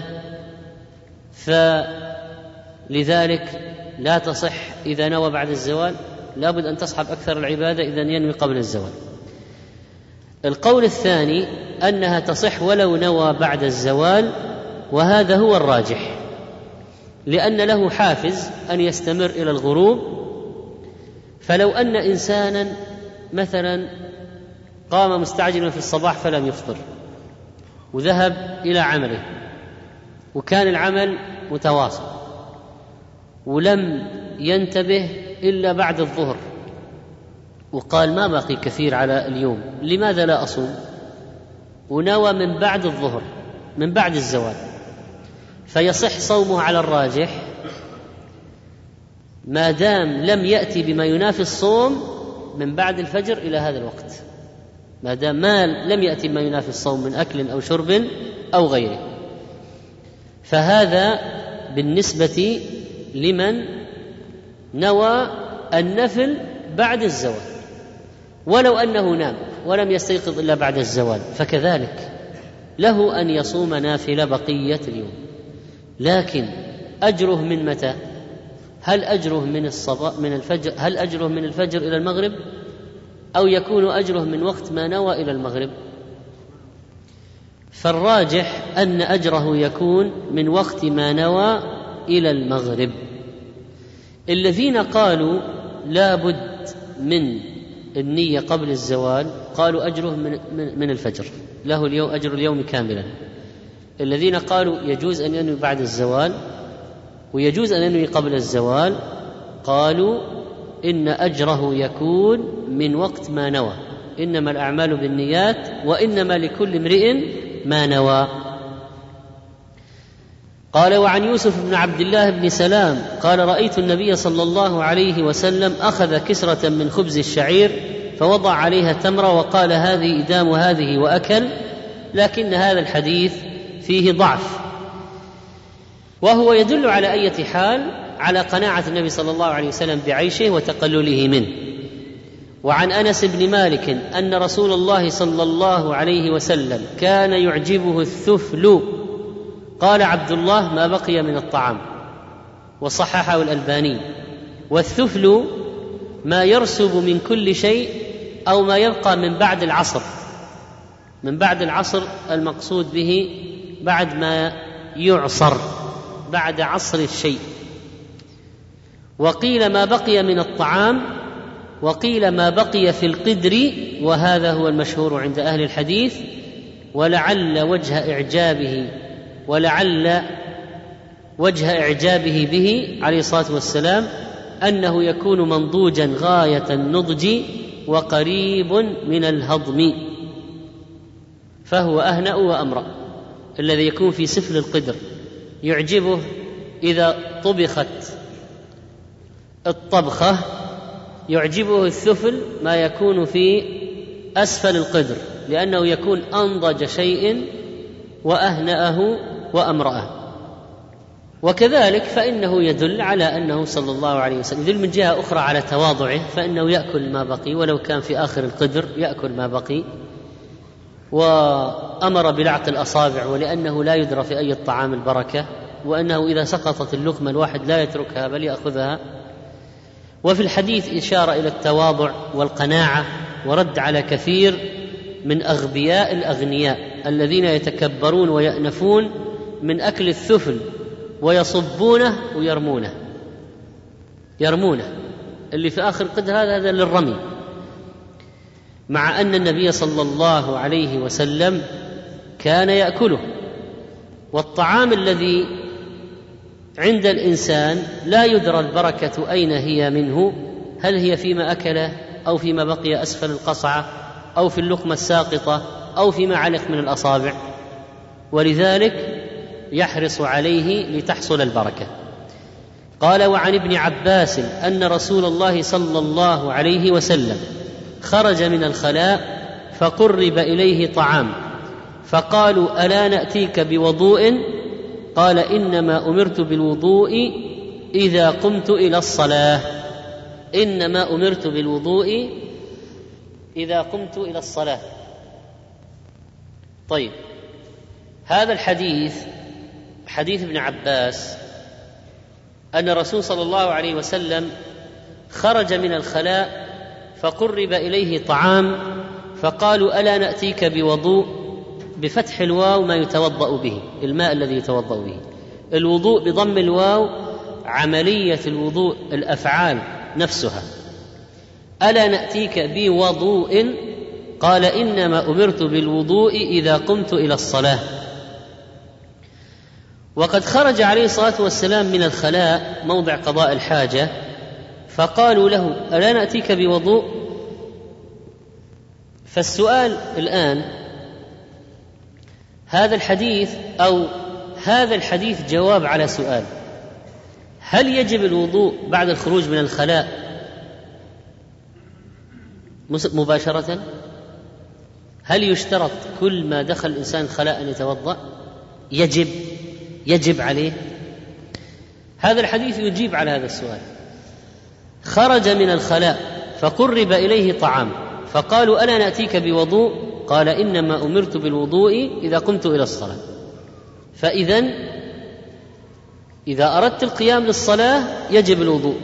فلذلك لا تصح إذا نوى بعد الزوال، لابد أن تصحب أكثر العبادة إذا ينوي قبل الزوال. القول الثاني أنها تصح ولو نوى بعد الزوال، وهذا هو الراجح، لأن له حافز أن يستمر إلى الغروب. فلو أن إنسانا مثلا قام مستعجلا في الصباح فلم يفطر وذهب إلى عمله، وكان العمل متواصل، ولم ينتبه إلا بعد الظهر، وقال ما بقي كثير على اليوم، لماذا لا أصوم؟ ونوى من بعد الظهر، من بعد الزوال، فيصح صومه على الراجح ما دام لم يأتي بما ينافي الصوم من بعد الفجر إلى هذا الوقت، ما دام ما لم يأتي بما ينافي الصوم من أكل أو شرب أو غيره. فهذا بالنسبة لمن نوى النفل بعد الزوال، ولو أنه نام ولم يستيقظ إلا بعد الزوال فكذلك له أن يصوم نافلة بقية اليوم. لكن أجره من متى؟ هل أجره من الصباح من الفجر؟ هل أجره من الفجر إلى المغرب، أو يكون أجره من وقت ما نوى إلى المغرب؟ فالراجح أن أجره يكون من وقت ما نوى إلى المغرب. الذين قالوا لا بد من النية قبل الزوال قالوا أجره من الفجر، له اليوم أجر اليوم كاملا. الذين قالوا يجوز أن ينوي بعد الزوال ويجوز أن ينوي قبل الزوال قالوا إن أجره يكون من وقت ما نوى، إنما الأعمال بالنيات وإنما لكل امرئ ما نوى. قال: وعن يوسف بن عبد الله بن سلام قال: رأيت النبي صلى الله عليه وسلم أخذ كسرة من خبز الشعير فوضع عليها تمرة وقال: هذه إدام هذه، وأكل. لكن هذا الحديث فيه ضعف، وهو يدل على أي حال على قناعة النبي صلى الله عليه وسلم بعيشه وتقلله منه. وعن أنس بن مالك أن رسول الله صلى الله عليه وسلم كان يعجبه الثفل. قال عبد الله: ما بقي من الطعام، وصححه الألباني. والثفل ما يرسب من كل شيء أو ما يبقى من بعد العصر. من بعد العصر المقصود به بعد ما يعصر، بعد عصر الشيء. وقيل ما بقي من الطعام، وقيل ما بقي في القدر، وهذا هو المشهور عند أهل الحديث. ولعل وجه إعجابه به عليه الصلاة والسلام أنه يكون منضوجا غاية النضج وقريب من الهضم، فهو أهنأ وأمرأ. الذي يكون في سفل القدر يعجبه إذا طبخت الطبخة، يعجبه الثفل ما يكون في أسفل القدر، لأنه يكون أنضج شيء وأهنأه وأمرأه. وكذلك فإنه يدل على أنه صلى الله عليه وسلم يدل من جهة أخرى على تواضعه، فإنه يأكل ما بقي ولو كان في آخر القدر يأكل ما بقي. وأمر بلعق الأصابع، ولأنه لا يدرى في أي الطعام البركة، وأنه إذا سقطت اللقمة الواحد لا يتركها بل يأخذها. وفي الحديث إشارة إلى التواضع والقناعة، ورد على كثير من أغبياء الأغنياء الذين يتكبرون ويأنفون من أكل الثفل ويصبونه ويرمونه اللي في آخر القدر، هذا للرمي، مع أن النبي صلى الله عليه وسلم كان يأكله. والطعام الذي عند الإنسان لا يدرى البركة أين هي منه، هل هي فيما أكله أو فيما بقي أسفل القصعة أو في اللقمة الساقطة أو فيما علق من الأصابع، ولذلك يحرص عليه لتحصل البركة. قال: وعن ابن عباس أن رسول الله صلى الله عليه وسلم خرج من الخلاء فقرب إليه طعام فقالوا: ألا نأتيك بوضوء؟ قال: إنما أمرت بالوضوء إذا قمت إلى الصلاة. إنما أمرت بالوضوء إذا قمت إلى الصلاة. طيب، هذا الحديث حديث ابن عباس أن الرسول صلى الله عليه وسلم خرج من الخلاء فقرب إليه طعام فقالوا: ألا نأتيك بوضوء؟ بفتح الواو ما يتوضأ به، الماء الذي يتوضأ به. الوضوء بضم الواو عملية الوضوء، الأفعال نفسها. ألا نأتيك بوضوء؟ قال: إنما أمرت بالوضوء إذا قمت إلى الصلاة. وقد خرج عليه الصلاة والسلام من الخلاء موضع قضاء الحاجة فقالوا له: ألا نأتيك بوضوء؟ فالسؤال الآن، هذا الحديث جواب على سؤال: هل يجب الوضوء بعد الخروج من الخلاء مباشرة؟ هل يشترط كل ما دخل الإنسان الخلاء أن يتوضأ؟ يجب عليه؟ هذا الحديث يجيب على هذا السؤال. خرج من الخلاء فقرب إليه طعام فقالوا: ألا نأتيك بوضوء؟ قال: إنما أمرت بالوضوء إذا قمت إلى الصلاة. فإذن إذا أردت القيام للصلاة يجب الوضوء.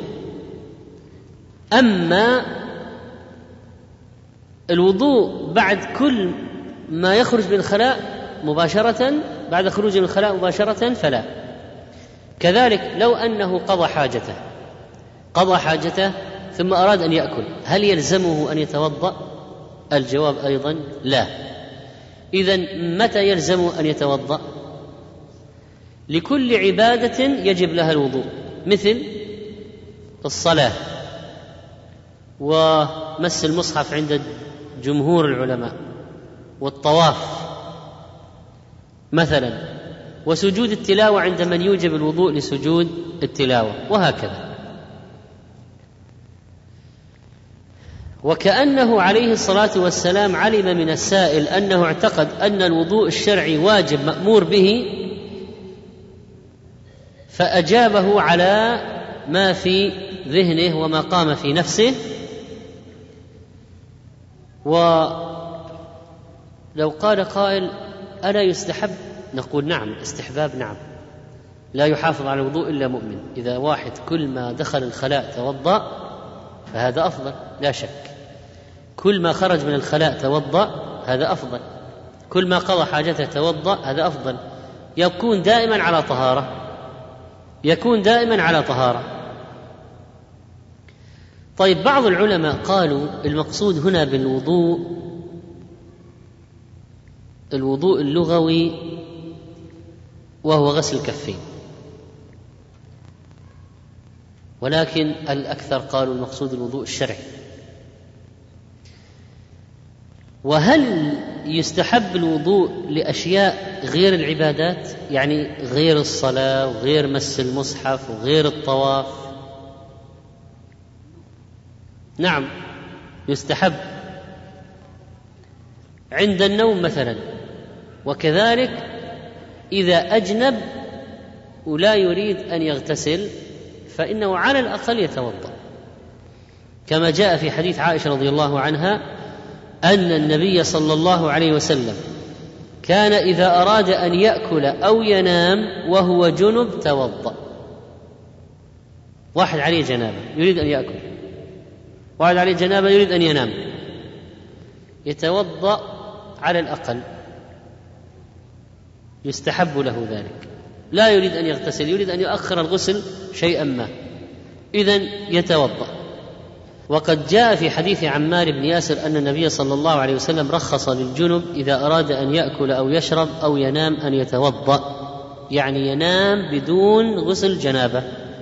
أما الوضوء بعد كل ما يخرج من الخلاء مباشرة بعد خروج من الخلاء مباشرة فلا. كذلك لو أنه قضى حاجته ثم أراد أن يأكل، هل يلزمه أن يتوضأ؟ الجواب أيضا لا. إذن متى يلزم أن يتوضأ؟ لكل عبادة يجب لها الوضوء، مثل الصلاة ومس المصحف عند جمهور العلماء، والطواف مثلا، وسجود التلاوة عند من يوجب الوضوء لسجود التلاوة، وهكذا. وكأنه عليه الصلاة والسلام علم من السائل أنه اعتقد أن الوضوء الشرعي واجب مأمور به، فأجابه على ما في ذهنه وما قام في نفسه. ولو قال قائل ألا يستحب؟ نقول نعم، استحباب نعم، لا يحافظ على الوضوء إلا مؤمن. إذا واحد كل ما دخل الخلاء توضأ فهذا أفضل لا شك، كل ما خرج من الخلاء توضأ هذا أفضل، كل ما قضى حاجته توضأ هذا أفضل، يكون دائما على طهارة. طيب، بعض العلماء قالوا المقصود هنا بالوضوء الوضوء اللغوي وهو غسل الكفين، ولكن الأكثر قالوا المقصود الوضوء الشرعي. وهل يستحب الوضوء لأشياء غير العبادات، يعني غير الصلاة وغير مس المصحف وغير الطواف؟ نعم يستحب، عند النوم مثلا، وكذلك إذا أجنب ولا يريد أن يغتسل فإنه على الأقل يتوضأ، كما جاء في حديث عائشة رضي الله عنها أن النبي صلى الله عليه وسلم كان إذا أراد أن يأكل أو ينام وهو جنب توضأ. واحد عليه جنابة يريد أن يأكل، واحد عليه جنابة يريد أن ينام، يتوضأ على الأقل، يستحب له ذلك، لا يريد أن يغتسل، يريد أن يؤخر الغسل شيئا ما، إذن يتوضأ. وقد جاء في حديث عمار بن ياسر أن النبي صلى الله عليه وسلم رخص للجنب إذا أراد أن يأكل أو يشرب أو ينام أن يتوضأ، يعني ينام بدون غسل جنابة.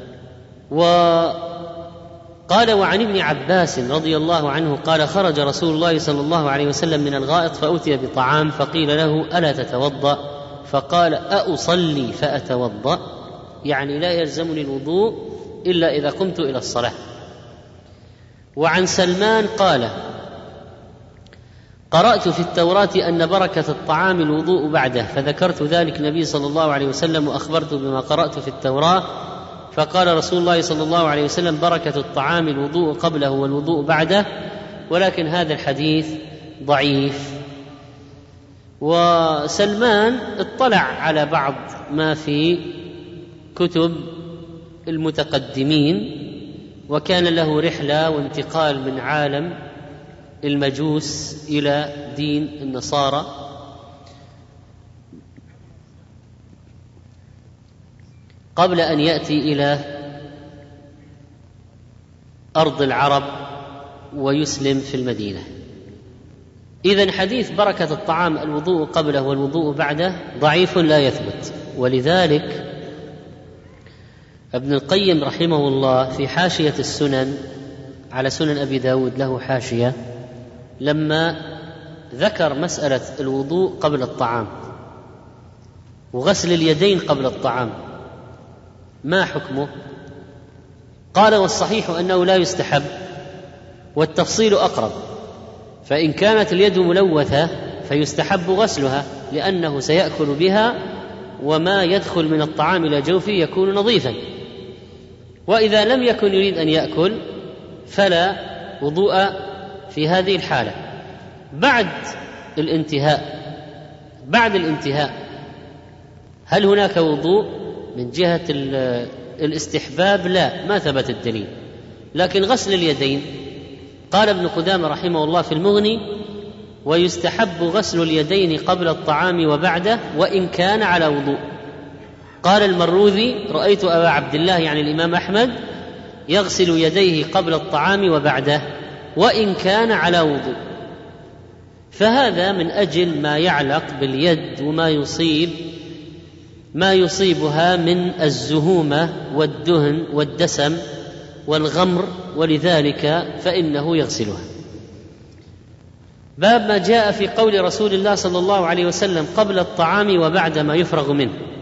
وقال وعن ابن عباس رضي الله عنه قال خرج رسول الله صلى الله عليه وسلم من الغائط فأتي بطعام فقيل له ألا تتوضأ؟ فقال أصلي فأتوضأ، يعني لا يلزمني الوضوء إلا إذا قمت إلى الصلاة. وعن سلمان قال قرأت في التوراة أن بركة الطعام الوضوء بعده، فذكرت ذلك النبي صلى الله عليه وسلم وأخبرته بما قرأت في التوراة، فقال رسول الله صلى الله عليه وسلم بركة الطعام الوضوء قبله والوضوء بعده، ولكن هذا الحديث ضعيف. وسلمان اطلع على بعض ما في كتب المتقدمين، وكان له رحلة وانتقال من عالم المجوس إلى دين النصارى، قبل أن يأتي إلى أرض العرب ويسلم في المدينة. إذن حديث بركة الطعام الوضوء قبله والوضوء بعده ضعيف لا يثبت. ولذلك ابن القيم رحمه الله في حاشية السنن على سنن أبي داود، له حاشية، لما ذكر مسألة الوضوء قبل الطعام وغسل اليدين قبل الطعام ما حكمه؟ قال والصحيح أنه لا يستحب، والتفصيل أقرب، فإن كانت اليد ملوثة فيستحب غسلها لأنه سيأكل بها، وما يدخل من الطعام إلى جوفه يكون نظيفا. وإذا لم يكن يريد أن يأكل فلا وضوء في هذه الحالة. بعد الانتهاء هل هناك وضوء من جهة الاستحباب؟ لا، ما ثبت الدليل. لكن غسل اليدين قال ابن قدامة رحمه الله في المغني ويستحب غسل اليدين قبل الطعام وبعده وإن كان على وضوء. قال المروذي: رأيت أبا عبد الله يعني الإمام أحمد يغسل يديه قبل الطعام وبعده وإن كان على وضوء. فهذا من أجل ما يعلق باليد وما يصيبها من الزهومة والدهن والدسم والغمر، ولذلك فإنه يغسلها. باب ما جاء في قول رسول الله صلى الله عليه وسلم قبل الطعام وبعد ما يفرغ منه.